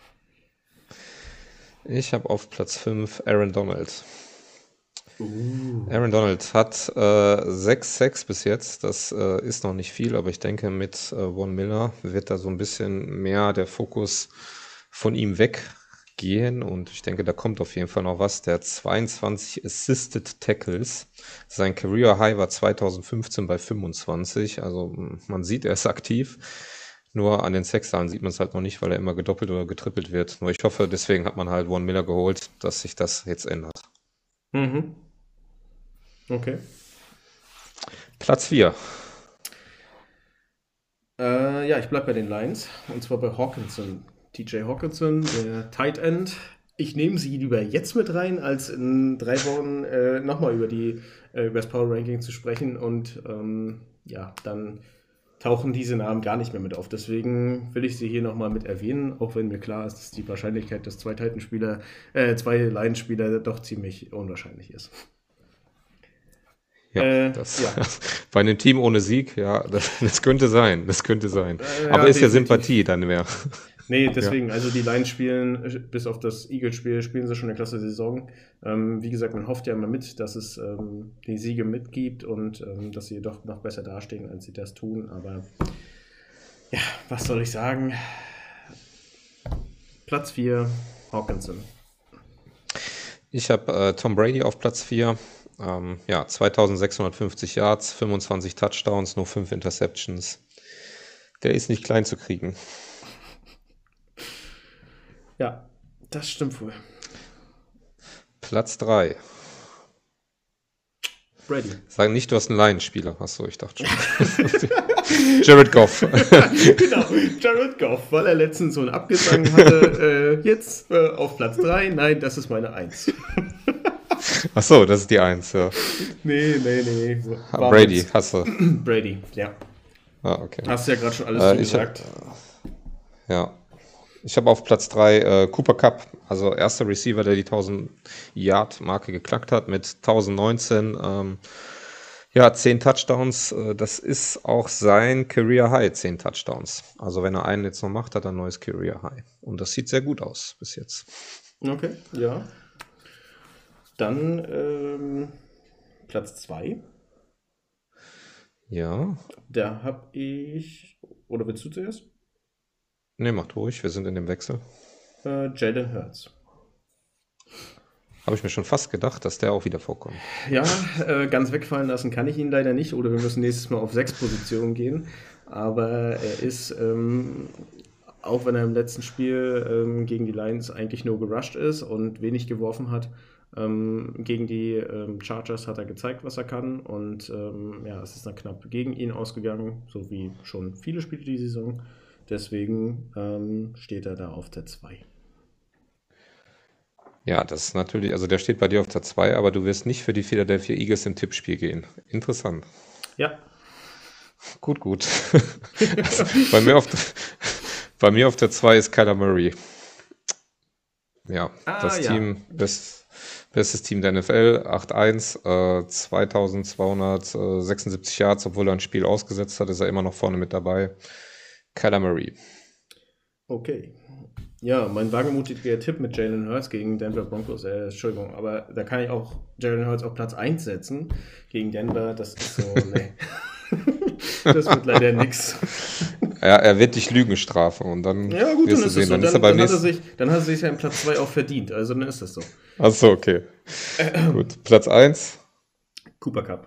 Ich habe auf Platz 5 Aaron Donald. Aaron Donald hat 6 Sacks bis jetzt. Das ist noch nicht viel, aber ich denke, mit Von Miller wird da so ein bisschen mehr der Fokus von ihm weggehen und ich denke, da kommt auf jeden Fall noch was. Der hat 22 Assisted Tackles. Sein Career High war 2015 bei 25. Also man sieht, er ist aktiv. Nur an den Sackszahlen sieht man es halt noch nicht, weil er immer gedoppelt oder getrippelt wird. Nur ich hoffe, deswegen hat man halt Von Miller geholt, dass sich das jetzt ändert. Mhm. Okay. Platz 4. Ja, ich bleibe bei den Lions. Und zwar bei Hawkinson. TJ Hawkinson, der Tight End. Ich nehme sie lieber jetzt mit rein, als in 3 Wochen nochmal über das Power Ranking zu sprechen. Und dann tauchen diese Namen gar nicht mehr mit auf. Deswegen will ich sie hier nochmal mit erwähnen, auch wenn mir klar ist, dass die Wahrscheinlichkeit, dass 2 Lions-Spieler doch ziemlich unwahrscheinlich ist. Bei einem Team ohne Sieg, ja, das könnte sein. Aber ist ja Sympathie dann mehr. Nee, deswegen, also die Lions spielen, bis auf das Eagles-Spiel, spielen sie schon eine klasse Saison. Wie gesagt, man hofft ja immer mit, dass es die Siege mitgibt und dass sie doch noch besser dastehen, als sie das tun. Aber ja, was soll ich sagen? Platz 4, Hawkinson. Ich habe Tom Brady auf Platz 4. Ja, 2650 Yards, 25 Touchdowns, nur 5 Interceptions. Der ist nicht klein zu kriegen. Ja, das stimmt wohl. Platz 3. Brady. Sag nicht, du hast einen Lions-Spieler. Achso, ich dachte schon. Jared Goff. Genau, Jared Goff, weil er letztens so einen Abgesang hatte. Jetzt auf Platz 3. Nein, das ist meine 1. Achso, das ist die 1, ja. Nee. Brady, hast du. Brady, ja. Ah, okay. Hast du ja gerade schon alles gesagt. Ja. Ich habe auf Platz 3 Cooper Kupp, also erster Receiver, der die 1000-Yard-Marke geknackt hat mit 1019. 10 Touchdowns. Das ist auch sein Career High, 10 Touchdowns. Also wenn er einen jetzt noch macht, hat er ein neues Career High. Und das sieht sehr gut aus bis jetzt. Okay, ja. Dann Platz 2. Ja. Da habe ich, oder willst du zuerst? Ne, macht ruhig, wir sind in dem Wechsel. Jalen Hurts. Habe ich mir schon fast gedacht, dass der auch wieder vorkommt. Ja, ganz wegfallen lassen kann ich ihn leider nicht, oder wir müssen nächstes Mal auf 6 Positionen gehen. Aber er ist, auch wenn er im letzten Spiel gegen die Lions eigentlich nur gerusht ist und wenig geworfen hat, gegen die Chargers hat er gezeigt, was er kann. Und es ist dann knapp gegen ihn ausgegangen, so wie schon viele Spiele die Saison. Deswegen steht er da auf der 2. Ja, das ist natürlich, also der steht bei dir auf der 2, aber du wirst nicht für die Philadelphia Eagles im Tippspiel gehen. Interessant. Ja. Gut. Also, bei mir auf der 2 ist Kyler Murray. Ja, Team, bestes Team der NFL, 8-1, 2276 Yards, obwohl er ein Spiel ausgesetzt hat, ist er immer noch vorne mit dabei. Kyler Murray. Okay. Ja, mein wagemutiger Tipp mit Jalen Hurts gegen Denver Broncos, Entschuldigung, aber da kann ich auch Jalen Hurts auf Platz 1 setzen gegen Denver, das ist so, nee. Das wird leider nix. Ja, er wird dich Lügen strafen und dann ja, gut, wirst dann du sehen. So. Dann hat er sich ja im Platz 2 auch verdient, also dann ist das so. Achso, okay. Gut, Platz 1. Cooper Kupp.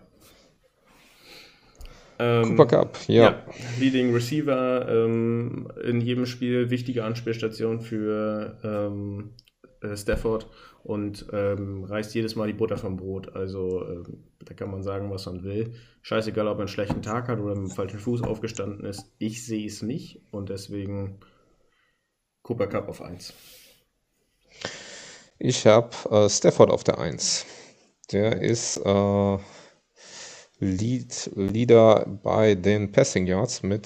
Cooper Kupp, ja. Leading Receiver, in jedem Spiel wichtige Anspielstation für Stafford und reißt jedes Mal die Butter vom Brot. Also da kann man sagen, was man will. Scheißegal, ob er einen schlechten Tag hat oder mit dem falschen Fuß aufgestanden ist. Ich sehe es nicht und deswegen Cooper Kupp auf 1. Ich habe Stafford auf der 1. Der ist Leader bei den Passing Yards mit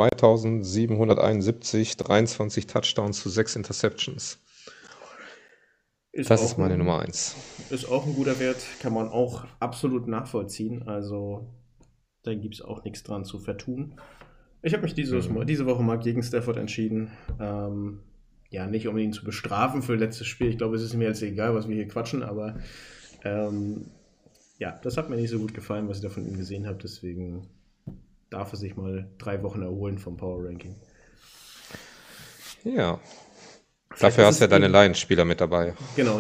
2771, 23 Touchdowns zu 6 Interceptions. Das ist meine Nummer 1. Ist auch ein guter Wert, kann man auch absolut nachvollziehen. Also da gibt es auch nichts dran zu vertun. Ich habe mich diese Woche mal gegen Stafford entschieden. Nicht um ihn zu bestrafen für letztes Spiel. Ich glaube, es ist mir jetzt egal, was wir hier quatschen, aber das hat mir nicht so gut gefallen, was ich da von ihm gesehen habe. Deswegen darf er sich mal 3 Wochen erholen vom Power Ranking. Ja. Dafür hast du ja deine Lions-Spieler mit dabei. Genau.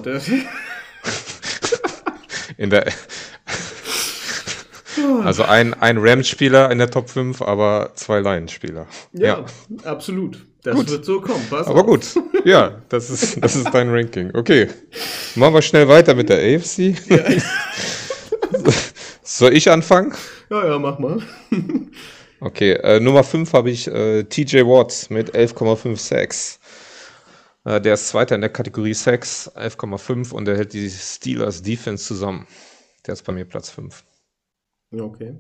Also ein Rams-Spieler in der Top 5, aber 2 Lions-Spieler. Ja, absolut. Das wird so kommen. Aber gut. Ja, das ist dein Ranking. Okay. Machen wir schnell weiter mit der AFC. Ja. Soll ich anfangen? Ja, mach mal. Okay, Nummer 5 habe ich TJ Watt mit 11,5 Sacks. Der ist Zweiter in der Kategorie Sacks, 11,5 und der hält die Steelers Defense zusammen. Der ist bei mir Platz 5. Okay.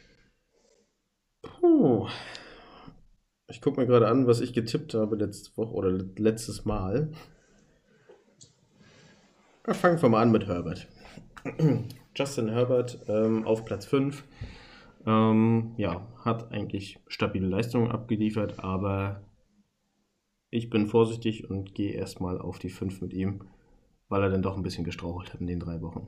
Ich gucke mir gerade an, was ich getippt habe letzte Woche oder letztes Mal. Fangen wir mal an mit Herbert. Justin Herbert auf Platz 5. Hat eigentlich stabile Leistungen abgeliefert, aber ich bin vorsichtig und gehe erstmal auf die 5 mit ihm, weil er dann doch ein bisschen gestrauchelt hat in den 3 Wochen.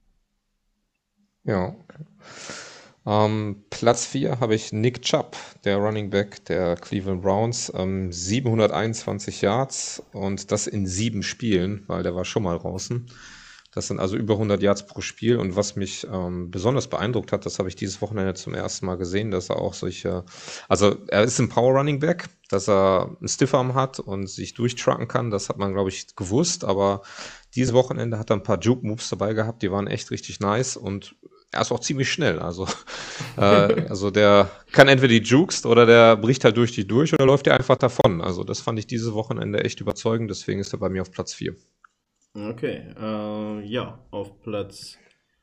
Ja, okay. Platz 4 habe ich Nick Chubb, der Running Back der Cleveland Browns. 721 Yards und das in 7 Spielen, weil der war schon mal draußen. Das sind also über 100 Yards pro Spiel. Und was mich besonders beeindruckt hat, das habe ich dieses Wochenende zum ersten Mal gesehen, dass er auch also er ist ein Power Running Back, dass er einen Stiffarm hat und sich durchtrucken kann. Das hat man, glaube ich, gewusst. Aber dieses Wochenende hat er ein paar Juke-Moves dabei gehabt, die waren echt richtig nice und er ist auch ziemlich schnell. Also der kann entweder die jukest oder der bricht halt durch die durch oder läuft dir einfach davon. Also das fand ich dieses Wochenende echt überzeugend, deswegen ist er bei mir auf Platz 4. Okay, ja, auf Platz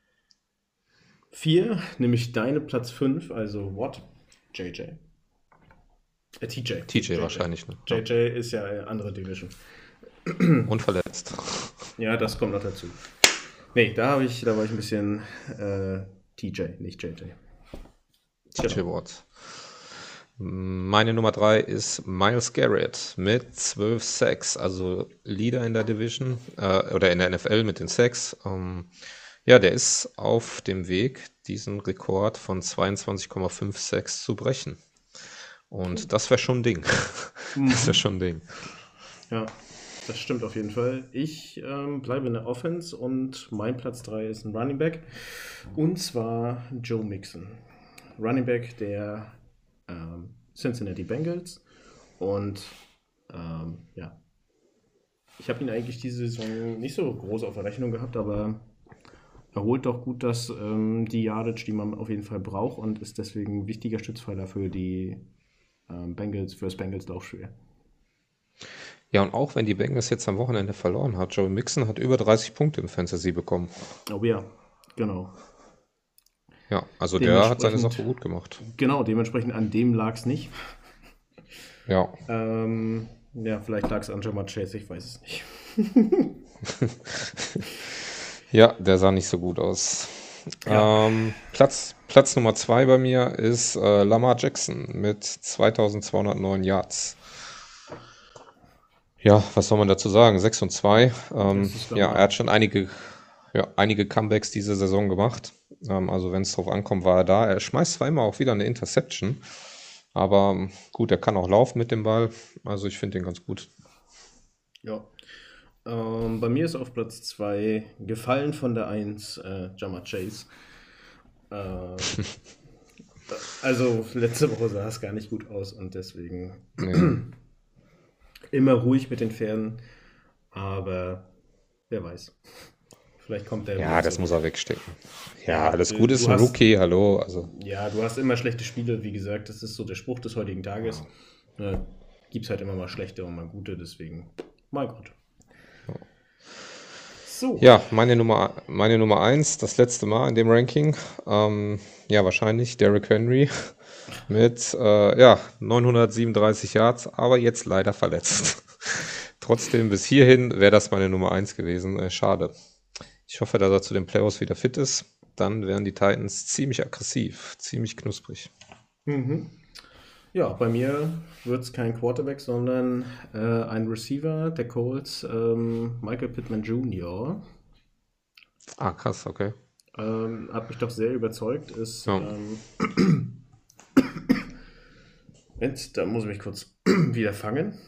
4 nehme ich deine Platz 5, also what? JJ. TJ. TJ wahrscheinlich, ne? Ja. JJ ist ja eine andere Division. Und verletzt. Ja, das kommt noch dazu. Nee, da war ich ein bisschen TJ, nicht JJ. TJ Watt. Meine Nummer 3 ist Myles Garrett mit 12 Sacks, also Leader in der Division oder in der NFL mit den Sacks. Ja, der ist auf dem Weg, diesen Rekord von 22,5 Sacks zu brechen. Und das wäre schon ein Ding. Das wäre schon ein Ding. Ja, das stimmt auf jeden Fall. Ich bleibe in der Offense und mein Platz 3 ist ein Running Back. Und zwar Joe Mixon. Running Back der Cincinnati Bengals. Und ja, ich habe ihn eigentlich diese Saison nicht so groß auf der Rechnung gehabt, aber er holt doch gut die Yardage, die man auf jeden Fall braucht und ist deswegen ein wichtiger Stützpfeiler für die fürs Bengals Laufspiel. Ja, und auch wenn die Bengals jetzt am Wochenende verloren hat, Joe Mixon hat über 30 Punkte im Fantasy bekommen. Oh ja, genau. Ja, also der hat seine Sache gut gemacht. Genau, dementsprechend an dem lag es nicht. Ja. Ja, vielleicht lag es an Ja'Marr Chase, ich weiß es nicht. Ja, der sah nicht so gut aus. Ja. Platz Nummer 2 bei mir ist Lamar Jackson mit 2209 Yards. Ja, was soll man dazu sagen? 6 und 2. Ja, er hat schon einige Comebacks diese Saison gemacht. Also wenn es drauf ankommt, war er da. Er schmeißt zwar immer auch wieder eine Interception, aber gut, er kann auch laufen mit dem Ball. Also ich finde den ganz gut. Ja. Bei mir ist auf Platz 2 gefallen von der 1 Ja'Marr Chase. Also letzte Woche sah es gar nicht gut aus und deswegen immer ruhig mit den Pferden, aber wer weiß. Vielleicht kommt der. Ja, das muss er wegstecken. Ja, alles gut, ist ein Rookie, hallo. Also. Ja, du hast immer schlechte Spiele, wie gesagt, das ist so der Spruch des heutigen Tages. Gibt es halt immer mal schlechte und mal gute, deswegen, mein Gott. So. Ja, meine Nummer 1, das letzte Mal in dem Ranking, ja, wahrscheinlich Derrick Henry mit 937 Yards, aber jetzt leider verletzt. Trotzdem, bis hierhin wäre das meine Nummer 1 gewesen. Schade. Ich hoffe, dass er zu den Playoffs wieder fit ist. Dann wären die Titans ziemlich aggressiv, ziemlich knusprig. Mhm. Ja, bei mir wird es kein Quarterback, sondern ein Receiver der Colts, Michael Pittman Jr. Ah, krass, okay. Hat mich doch sehr überzeugt. Da muss ich mich kurz wieder fangen.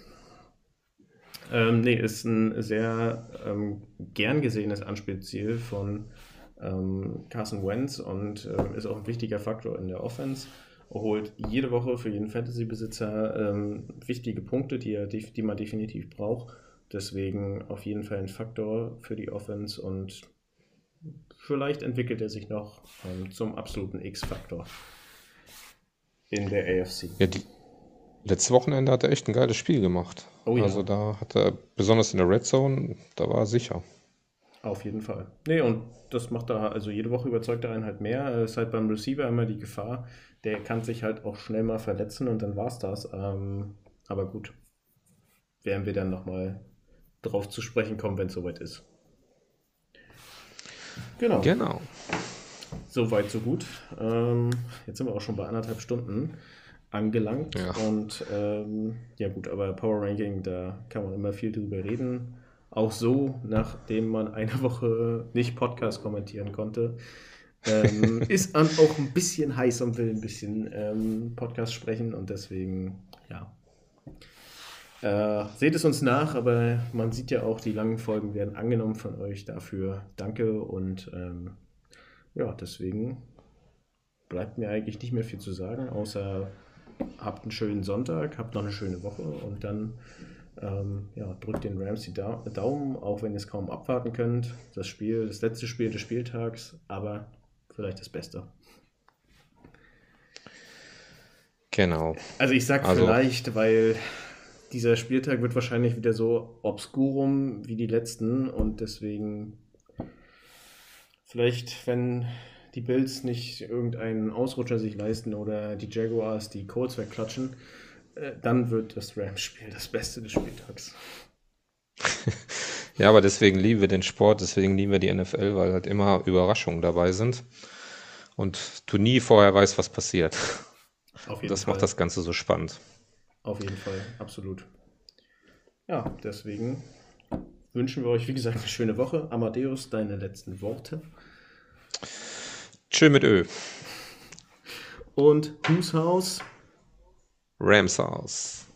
Ist ein sehr gern gesehenes Anspielziel von Carson Wentz und ist auch ein wichtiger Faktor in der Offense. Er holt jede Woche für jeden Fantasy-Besitzer wichtige Punkte, die man definitiv braucht. Deswegen auf jeden Fall ein Faktor für die Offense und vielleicht entwickelt er sich noch zum absoluten X-Faktor in der AFC. Ja, letztes Wochenende hat er echt ein geiles Spiel gemacht. Oh ja. Also da hat er, besonders in der Red Zone, da war er sicher. Auf jeden Fall. Nee, und das macht er, also jede Woche überzeugt er einen halt mehr. Es ist halt beim Receiver immer die Gefahr, der kann sich halt auch schnell mal verletzen und dann war's das. Aber gut, werden wir dann nochmal drauf zu sprechen kommen, wenn es soweit ist. Genau. So weit, so gut. Jetzt sind wir auch schon bei 1,5 Stunden. angelangt. Ja. Und ja gut, aber Power Ranking, da kann man immer viel drüber reden. Auch so, nachdem man eine Woche nicht Podcast kommentieren konnte, ist man auch ein bisschen heiß und will ein bisschen Podcast sprechen und deswegen, ja. Seht es uns nach, aber man sieht ja auch, die langen Folgen werden angenommen von euch. Dafür danke und ja, deswegen bleibt mir eigentlich nicht mehr viel zu sagen, außer habt einen schönen Sonntag, habt noch eine schöne Woche und dann ja, drückt den Rams die Daumen, auch wenn ihr es kaum abwarten könnt. Das letzte Spiel des Spieltags, aber vielleicht das Beste. Genau. Also ich sag Also- vielleicht, weil dieser Spieltag wird wahrscheinlich wieder so obskurum wie die letzten und deswegen vielleicht, wenn die Bills nicht irgendeinen Ausrutscher sich leisten oder die Jaguars die Colts wegklatschen, dann wird das Rams-Spiel das Beste des Spieltags. Ja, aber deswegen lieben wir den Sport, deswegen lieben wir die NFL, weil halt immer Überraschungen dabei sind und du nie vorher weißt, was passiert. Auf jeden Das Fall. macht das Ganze so spannend. Auf jeden Fall, absolut. Ja, deswegen wünschen wir euch, wie gesagt, eine schöne Woche. Amadeus, deine letzten Worte. Tschö mit Ö. Und Hushaus. Rams Haus.